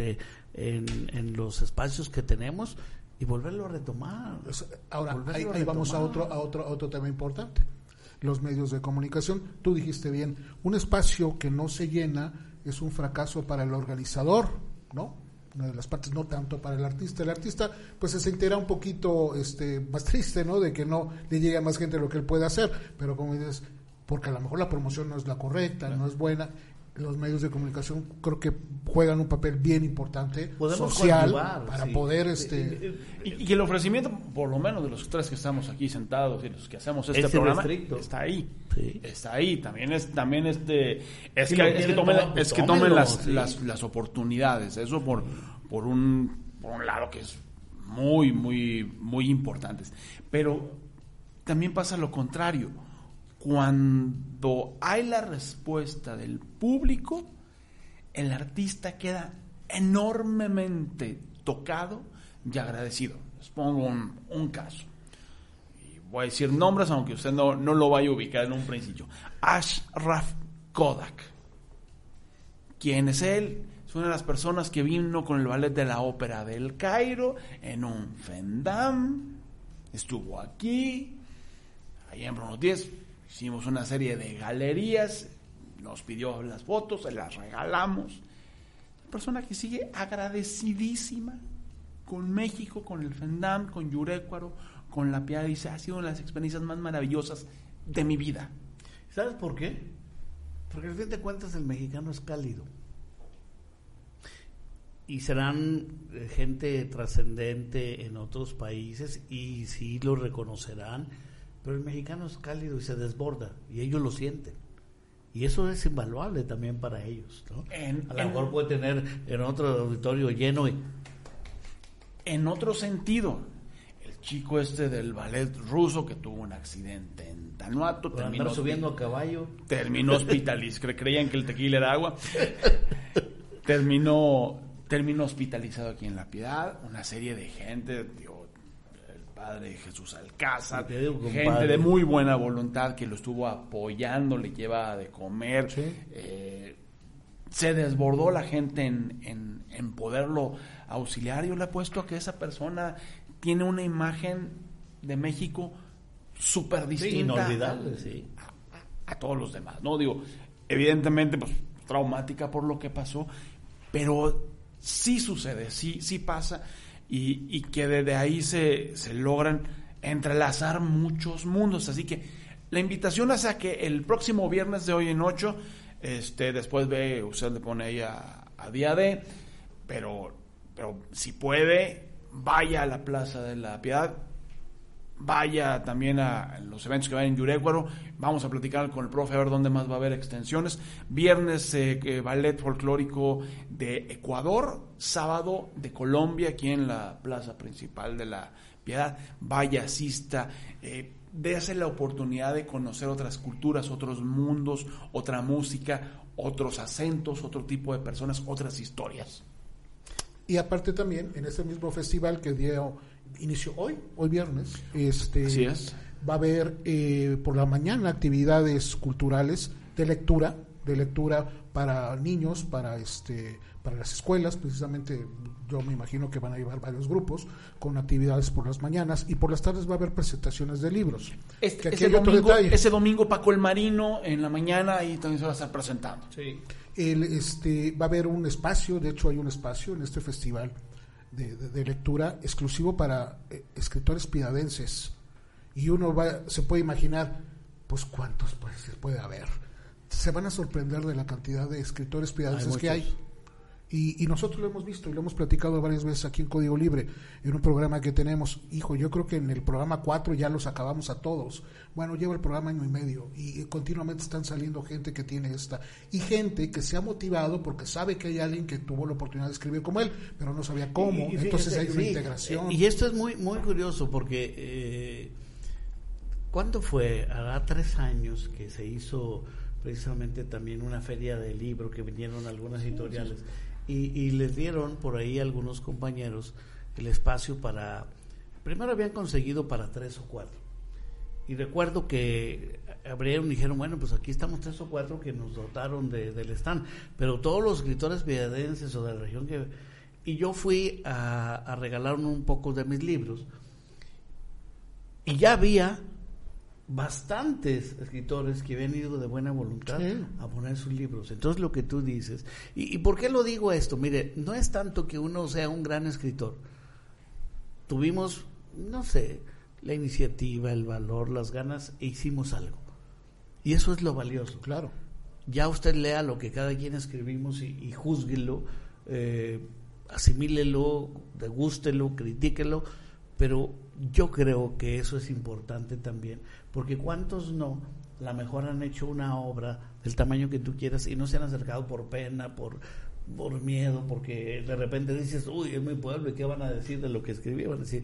en los espacios que tenemos y volverlo a retomar. Ahora, ahí vamos a otro tema importante. Los medios de comunicación. Tú dijiste bien, un espacio que no se llena es un fracaso para el organizador, ¿no? Una de las partes, no tanto para el artista. El artista pues se sentirá un poquito más triste, ¿no? De que no le llegue a más gente lo que él puede hacer, pero como dices, porque a lo mejor la promoción no es la correcta, no es buena. Los medios de comunicación creo que juegan un papel bien importante social para poder y que el ofrecimiento, por lo menos de los 3 que estamos aquí sentados y los que hacemos este programa, está ahí. Sí. Está ahí. También es que tomen las oportunidades. Eso por un lado que es muy muy muy importante. Pero también pasa lo contrario. Cuando hay la respuesta del público, el artista queda enormemente tocado y agradecido. Les pongo un caso. Y voy a decir nombres, aunque usted no lo vaya a ubicar en un principio. Ashraf Kodak. ¿Quién es él? Es una de las personas que vino con el ballet de la Ópera del Cairo en un Fendam. Estuvo aquí, allá en Bruno 10. Hicimos una serie de galerías, nos pidió las fotos, se las regalamos. Una persona que sigue agradecidísima con México, con el FENDAM, con Yurecuaro, con La Piedad, dice, ha sido una de las experiencias más maravillosas de mi vida. ¿Sabes por qué? Porque al fin de cuentas el mexicano es cálido. Y serán gente trascendente en otros países y sí lo reconocerán, pero el mexicano es cálido y se desborda y ellos lo sienten. Y eso es invaluable también para ellos, ¿no? A lo mejor puede tener en otro auditorio lleno y... En otro sentido, el chico del ballet ruso que tuvo un accidente en Vanuatu, terminó subiendo a caballo, terminó hospitalizado, creían que el tequila era agua, terminó hospitalizado aquí en La Piedad, una serie de gente, el padre Jesús Alcázar, gente de muy buena voluntad que lo estuvo apoyando, le lleva de comer, sí. Se desbordó la gente en poderlo auxiliar. Yo le apuesto a que esa persona tiene una imagen de México súper distinta, sí, inolvidable, sí, a todos los demás, ¿no? Digo, evidentemente, pues, traumática por lo que pasó, pero sí sucede, sí pasa, y que desde ahí se logran entrelazar muchos mundos. Así que la invitación es a que el próximo viernes de hoy en 8, después usted le pone ahí a día D, pero si puede, vaya a la Plaza de la Piedad, vaya también a los eventos que van en Yurecuaro. Vamos a platicar con el profe a ver dónde más va a haber extensiones. Viernes ballet folclórico de Ecuador, sábado de Colombia, aquí en la plaza principal de la Piedad. Vaya, asista, dése la oportunidad de conocer otras culturas, otros mundos, otra música, otros acentos, otro tipo de personas, otras historias. Y aparte también, en este mismo festival que inició hoy viernes, Así es. va a haber por la mañana actividades culturales de lectura para niños, para las escuelas. Precisamente yo me imagino que van a llevar varios grupos con actividades por las mañanas, y por las tardes va a haber presentaciones de libros. Ese domingo Paco el Marino en la mañana, ahí también se va a estar presentando. Sí. Va a haber un espacio, de hecho hay un espacio en este festival de lectura exclusivo para escritores piadenses, y uno se puede imaginar pues cuántos puede haber. Se van a sorprender de la cantidad de escritores piadenses que hay. Y nosotros lo hemos visto y lo hemos platicado varias veces aquí en Código Libre, en un programa que tenemos. Hijo, yo creo que en el programa 4 ya los acabamos a todos. Bueno, lleva el programa 1 año y medio y continuamente están saliendo gente que tiene y gente que se ha motivado porque sabe que hay alguien que tuvo la oportunidad de escribir como él, pero no sabía cómo. Fíjate, entonces hay una integración. Y esto es muy, muy curioso porque ¿cuándo fue? Hará 3 años que se hizo precisamente también una feria de libro, que vinieron algunas editoriales. Sí. Y les dieron por ahí algunos compañeros el espacio primero habían conseguido para 3 o 4, y recuerdo que abrieron y dijeron, bueno, pues aquí estamos 3 o 4 que nos dotaron del stand, pero todos los escritores piadenses o de la región y yo fui a regalar un poco de mis libros, y ya había bastantes escritores que habían ido de buena voluntad a poner sus libros. Entonces lo que tú dices, ¿y por qué lo digo esto? Mire, no es tanto que uno sea un gran escritor. Tuvimos, no sé, la iniciativa, el valor, las ganas, e hicimos algo. Y eso es lo valioso. Claro. Ya usted lea lo que cada quien escribimos y júzguelo, asimílelo, degústelo, critíquelo, pero yo creo que eso es importante también, porque cuántos no, a lo mejor han hecho una obra del tamaño que tú quieras y no se han acercado por pena, por miedo, porque de repente dices, uy, es mi pueblo, ¿y qué van a decir de lo que escribí? Van a decir,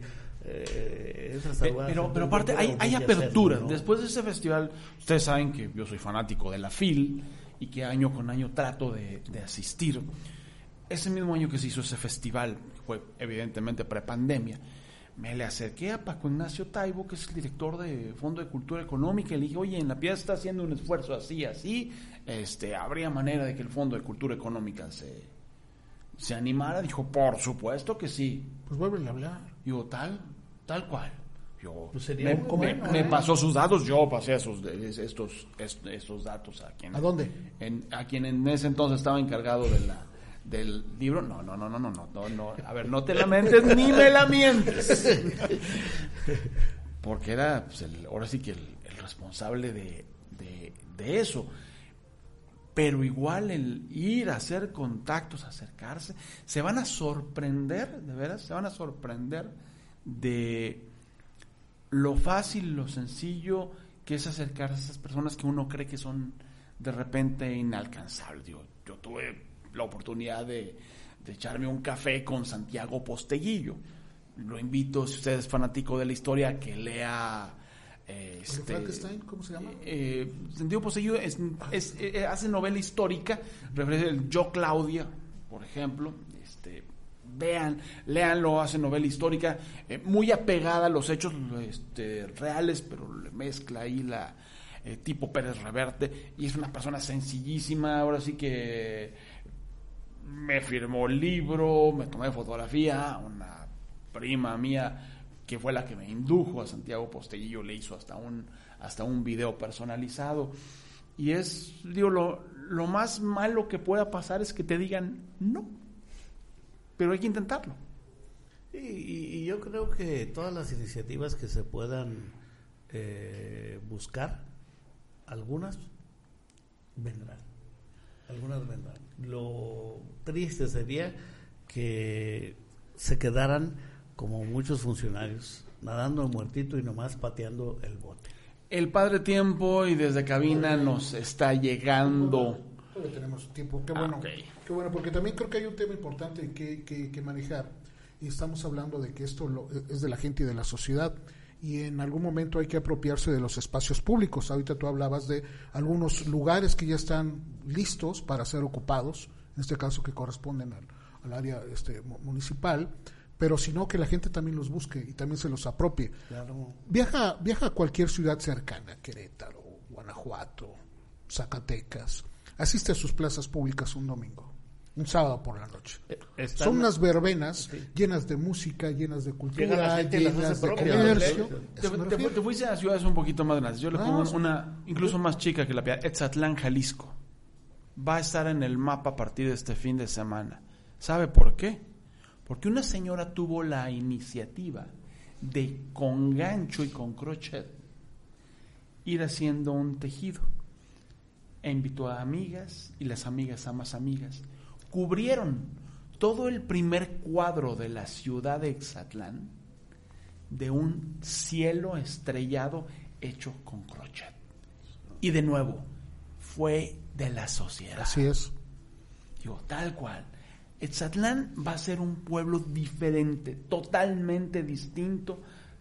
pero aparte hay apertura, hacerlo, ¿no? Después de ese festival, ustedes saben que yo soy fanático de la FIL y que año con año trato de asistir. Ese mismo año que se hizo ese festival, fue evidentemente prepandemia, me le acerqué a Paco Ignacio Taibo, que es el director de Fondo de Cultura Económica, y le dije, oye, en La Piedad está haciendo un esfuerzo así, ¿habría manera de que el Fondo de Cultura Económica se animara? Dijo, por supuesto que sí. Pues vuelven a hablar. Digo, tal cual. yo Pues sería muy bueno, me pasó sus datos, yo pasé estos datos a quien. ¿A dónde? A quien en ese entonces estaba encargado del libro. No. A ver, no te lamentes ni me la mientes. Porque era, pues, ahora sí que el responsable de eso. Pero igual el ir a hacer contactos, acercarse, se van a sorprender, de veras, se van a sorprender de lo fácil, lo sencillo que es acercarse a esas personas que uno cree que son de repente inalcanzables. Yo tuve la oportunidad de echarme un café con Santiago Posteguillo. Lo invito, si usted es fanático de la historia, a que lea... Frankenstein, ¿cómo se llama? Santiago Posteguillo hace novela histórica, refiere el Yo Claudia, por ejemplo. Léanlo, hace novela histórica, muy apegada a los hechos reales, pero le mezcla ahí la tipo Pérez Reverte, y es una persona sencillísima. Ahora sí que me firmó el libro, me tomé fotografía, una prima mía que fue la que me indujo a Santiago Posteguillo, le hizo hasta un video personalizado. Y lo más malo que pueda pasar es que te digan no, pero hay que intentarlo. Y yo creo que todas las iniciativas que se puedan buscar, algunas vendrán. Lo triste sería que se quedaran como muchos funcionarios, nadando en muertito y nomás pateando el bote. El Padre Tiempo, y desde cabina nos está llegando. Todavía tenemos tiempo, qué bueno. Okay. Qué bueno, porque también creo que hay un tema importante que manejar. Y estamos hablando de que esto es de la gente y de la sociedad. Y en algún momento hay que apropiarse de los espacios públicos. Ahorita tú hablabas de algunos lugares que ya están listos para ser ocupados, en este caso que corresponden al área municipal, pero sino que la gente también los busque y también se los apropie. Claro. Viaja a cualquier ciudad cercana, Querétaro, Guanajuato, Zacatecas, asiste a sus plazas públicas un domingo, un sábado por la noche. Son unas verbenas llenas de música, llenas de cultura, llenas de comercio. Te fuiste a ciudades un poquito más grandes. Yo le pongo una incluso más chica que la Piedad. Etzatlán, Jalisco. Va a estar en el mapa a partir de este fin de semana. ¿Sabe por qué? Porque una señora tuvo la iniciativa de, con gancho y con crochet, ir haciendo un tejido. E invitó a amigas, y las amigas a más amigas. Cubrieron todo el primer cuadro de la ciudad de Etzatlán de un cielo estrellado hecho con crochet. Y de nuevo, fue de la sociedad. Así es. Digo, tal cual. Etzatlán va a ser un pueblo diferente, totalmente distinto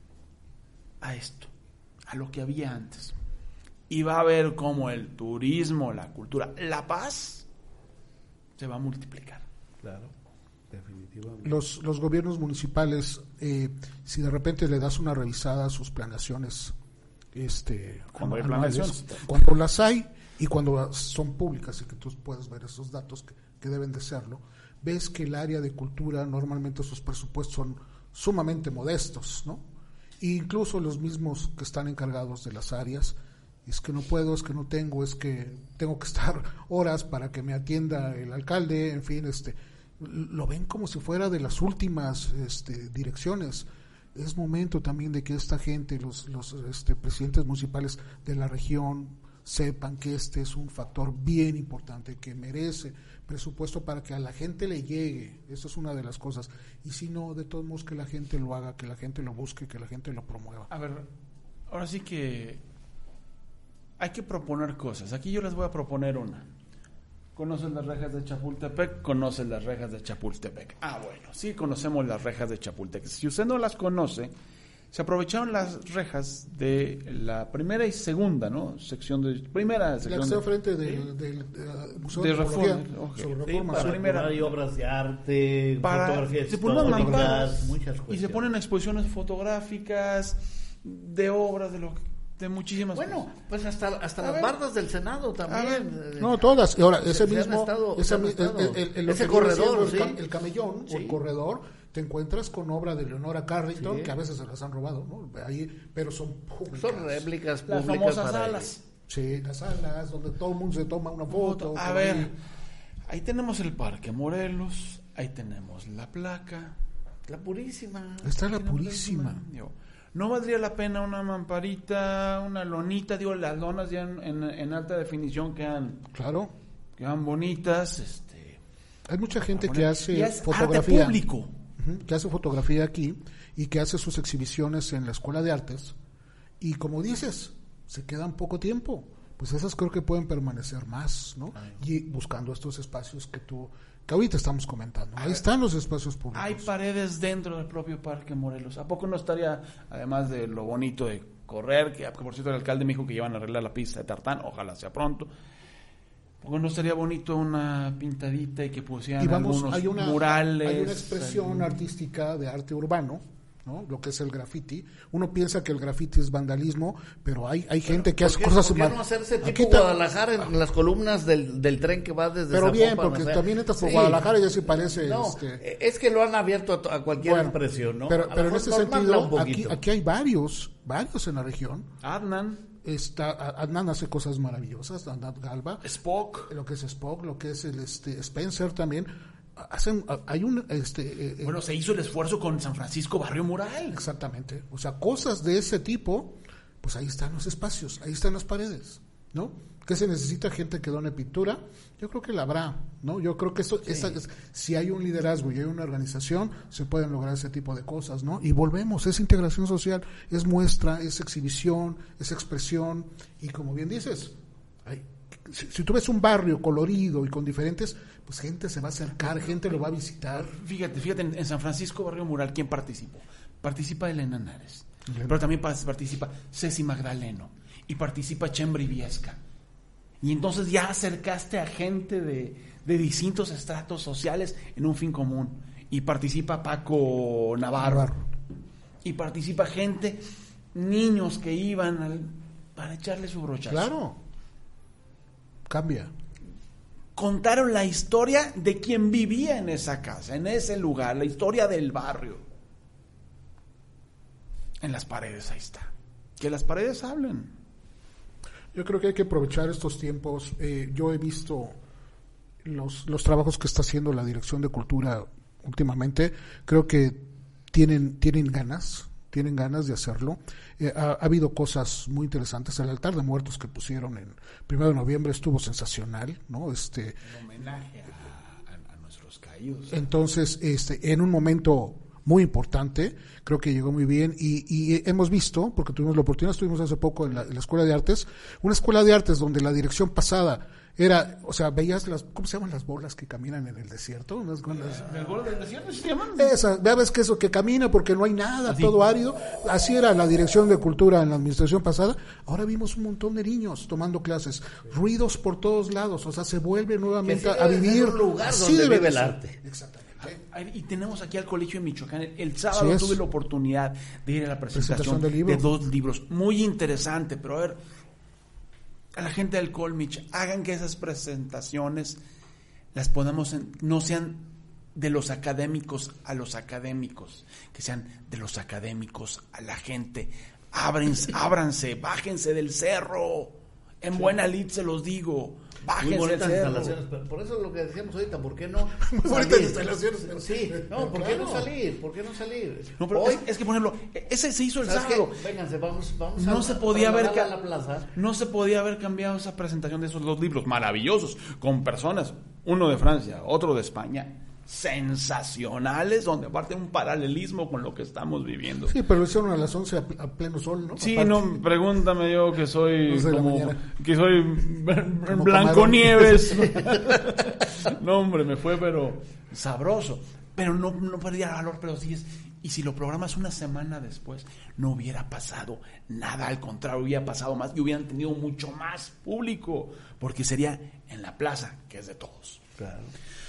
a esto, a lo que había antes. Y va a ver cómo el turismo, la cultura, la paz se va a multiplicar. Claro, definitivamente. Los gobiernos municipales, si de repente le das una revisada a sus planeaciones, cuando hay anuales, planeaciones, cuando las hay y cuando son públicas y que tú puedes ver esos datos que deben de serlo, ves que el área de cultura normalmente sus presupuestos son sumamente modestos, ¿no? E incluso los mismos que están encargados de las áreas, es que no puedo, es que no tengo, es que tengo que estar horas para que me atienda el alcalde, en fin, lo ven como si fuera de las últimas direcciones. Es momento también de que esta gente, los presidentes municipales de la región, sepan que este es un factor bien importante, que merece presupuesto para que a la gente le llegue. Eso es una de las cosas. Y si no, de todos modos, que la gente lo haga, que la gente lo busque, que la gente lo promueva. A ver, ahora sí que hay que proponer cosas. Aquí yo les voy a proponer una. ¿Conoces las rejas de Chapultepec? ¿Conoces las rejas de Chapultepec? Ah, bueno, sí conocemos las rejas de Chapultepec. Si usted no las conoce, se aprovecharon las rejas de la primera y segunda, ¿no? Sección de primera sección. La que está frente del Museo de Reforma. Primera hay obras de arte, fotografías se ponen mamparas muchas cuestiones. Y se ponen exposiciones fotográficas de obras de lo que de muchísimas Bueno, cosas. pues hasta las bardas del Senado también. No, todas. Y ahora, Se ese han mismo, estado- ese, se han estado- lo ese que viene corredor, siendo sí. el camellón o el Sí. corredor, te encuentras con obra de Leonora Carrington, Sí. que a veces se las han robado, ¿no? Ahí, pero son públicas. Son réplicas Las públicas famosas para alas. Sí, las salas, donde todo el mundo se toma una foto. A por ver, ahí. ahí tenemos el Parque Morelos, ahí tenemos la placa. La Purísima. Está la Purísima. Digo, ¿no valdría la pena una mamparita, una lonita? Digo, las lonas ya en alta definición quedan Claro. bonitas. Hay mucha gente que Y hace es fotografía. arte público. Que hace fotografía aquí y que hace sus exhibiciones en la Escuela de Artes. Y como dices, se quedan poco tiempo. Pues esas creo que pueden permanecer más, ¿no? Y buscando estos espacios que ahorita estamos comentando. Ahí están los espacios públicos. Hay paredes dentro del propio Parque Morelos. ¿A poco no estaría, además de lo bonito de correr, que por cierto el alcalde me dijo que iban a arreglar la pista de tartán, ojalá sea pronto? ¿A poco no estaría bonito una pintadita y que pusieran Y vamos, algunos murales? hay una expresión artística de arte urbano, ¿no? Lo que es el graffiti. Uno piensa que el graffiti es vandalismo, pero hay gente que hace cosas... ¿Por qué no hacerse Aquí tipo Guadalajara en las columnas del tren que va desde Pero bien, Zapopan? porque O sea, también entras por sí. Guadalajara y ya sí parece... No, es que lo han abierto a cualquier Bueno, impresión, ¿no? Pero A lo en mejor ese normarla sentido, un poquito. aquí hay varios en la región. Adnan, Adnan hace cosas maravillosas, Adnan Galva, Spock. lo que es Spock, lo que es el Spencer también. Hay Bueno, se hizo el esfuerzo con San Francisco Barrio Mural. exactamente, o sea, cosas de ese tipo, pues ahí están los espacios, ahí están las paredes, ¿no? ¿Qué se necesita? Gente que done pintura. Yo creo que la habrá, ¿no? Yo creo que si hay un liderazgo y hay una organización, se pueden lograr ese tipo de cosas, ¿no? Y volvemos, es integración social, es muestra, es exhibición, es expresión, y como bien dices, si tú ves un barrio colorido y con diferentes, pues gente se va a acercar, gente lo va a visitar. Fíjate, en San Francisco Barrio Mural, ¿quién participó? Participa Elena Nares, pero también participa Ceci Magdaleno, y participa Chembri Viesca. Y entonces ya acercaste a gente de distintos estratos sociales en un fin común. Y participa Paco Navarro. Y participa gente, niños que iban para echarle su brochazo. Claro, cambia. Contaron la historia de quien vivía en esa casa, en ese lugar, la historia del barrio. En las paredes, ahí está. Que las paredes hablen. Yo creo que hay que aprovechar estos tiempos. Yo he visto los trabajos que está haciendo la Dirección de Cultura últimamente. Creo que tienen ganas de hacerlo. Ha habido cosas muy interesantes. El altar de muertos que pusieron en 1 de noviembre estuvo sensacional, ¿no? En homenaje a nuestros caídos. Entonces, en un momento muy importante, creo que llegó muy bien y hemos visto, porque tuvimos la oportunidad, estuvimos hace poco en la Escuela de Artes, una Escuela de Artes donde la dirección pasada era, o sea, veías ¿cómo se llaman las bolas que caminan en el desierto? ¿Del borde del desierto se llaman? Esa, ves que eso que camina porque no hay nada, todo árido. Así era la Dirección de Cultura en la administración pasada. Ahora vimos un montón de niños tomando clases, ruidos por todos lados, o sea, se vuelve nuevamente a vivir. Un lugar así donde debe vive de el ser. arte. Exactamente. Y tenemos aquí al colegio de Michoacán. El sábado Así es. tuve la oportunidad de ir a la presentación del libro. de 2 libros. Muy interesante, pero a ver, a la gente del Colmich, hagan que esas presentaciones las podamos, no sean de los académicos a los académicos, que sean de los académicos a la gente. Ábranse, bájense del cerro. En buena lid se los digo. Muy Bájense del bonitas cerro. instalaciones, pero por eso es lo que decíamos ahorita, ¿por qué no bonitas salir? instalaciones. Sí, no, ¿por qué Claro. no salir? ¿Por qué no salir? No, pero Hoy, es que ponerlo, ese se hizo el ¿sabes sábado. qué? Vénganse, vamos No se podía haber a la plaza. no se podía haber cambiado esa presentación de esos 2 libros maravillosos con personas, uno de Francia, otro de España, sensacionales, donde aparte un paralelismo con lo que estamos viviendo. Sí, pero lo hicieron a las 11 a pleno sol, ¿no? Sí, Aparte. no, pregúntame yo que soy 11 de la como mañana. que soy Como Blanconieves. No, hombre, me fue pero sabroso, pero no perdía valor, pero sí es. Y si lo programas una semana después, no hubiera pasado nada, al contrario, hubiera pasado más y hubieran tenido mucho más público, porque sería en la plaza, que es de todos. Claro.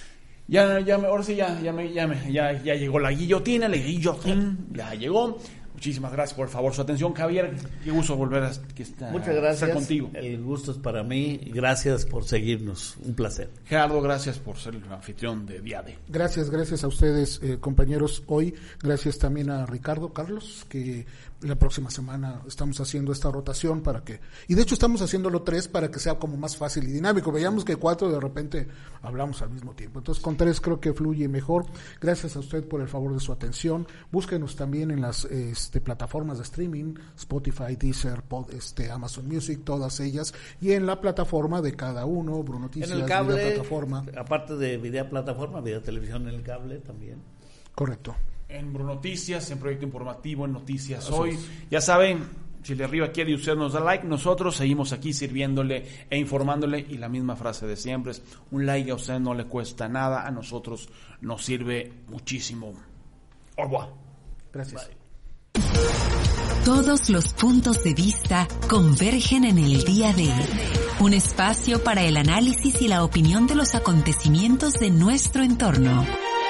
Ahora sí ya llegó la guillotina, ya llegó. Muchísimas gracias por el favor, su atención. Javier, qué gusto volver a Muchas gracias. estar contigo. El gusto es para mí. Gracias por seguirnos. Un placer. Gerardo, gracias por ser el anfitrión de Día D. Gracias a ustedes, compañeros, hoy. Gracias también a Ricardo Carlos, que la próxima semana estamos haciendo esta rotación y de hecho estamos haciéndolo 3 para que sea como más fácil y dinámico. Veíamos que 4 de repente hablamos al mismo tiempo. Entonces con 3 creo que fluye mejor. Gracias a usted por el favor de su atención. Búsquenos también en las plataformas de streaming, Spotify, Deezer, Amazon Music, todas ellas, y en la plataforma de cada uno, Bruno Noticias, en el cable, Video Plataforma. Aparte de Video Plataforma, Video Televisión en el cable también. Correcto. En Bruno Noticias, en Proyecto Informativo, en Noticias Hoy. Ya saben, si el de arriba quiere y usted nos da like, nosotros seguimos aquí sirviéndole e informándole, y la misma frase de siempre es, un like a usted no le cuesta nada, a nosotros nos sirve muchísimo. Au revoir. Gracias. Bye. Todos los puntos de vista convergen en el Día D, un espacio para el análisis y la opinión de los acontecimientos de nuestro entorno.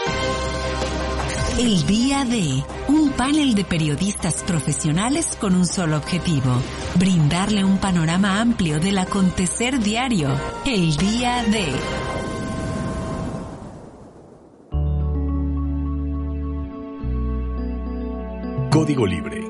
El Día D, un panel de periodistas profesionales con un solo objetivo, brindarle un panorama amplio del acontecer diario. El Día D. Código Libre.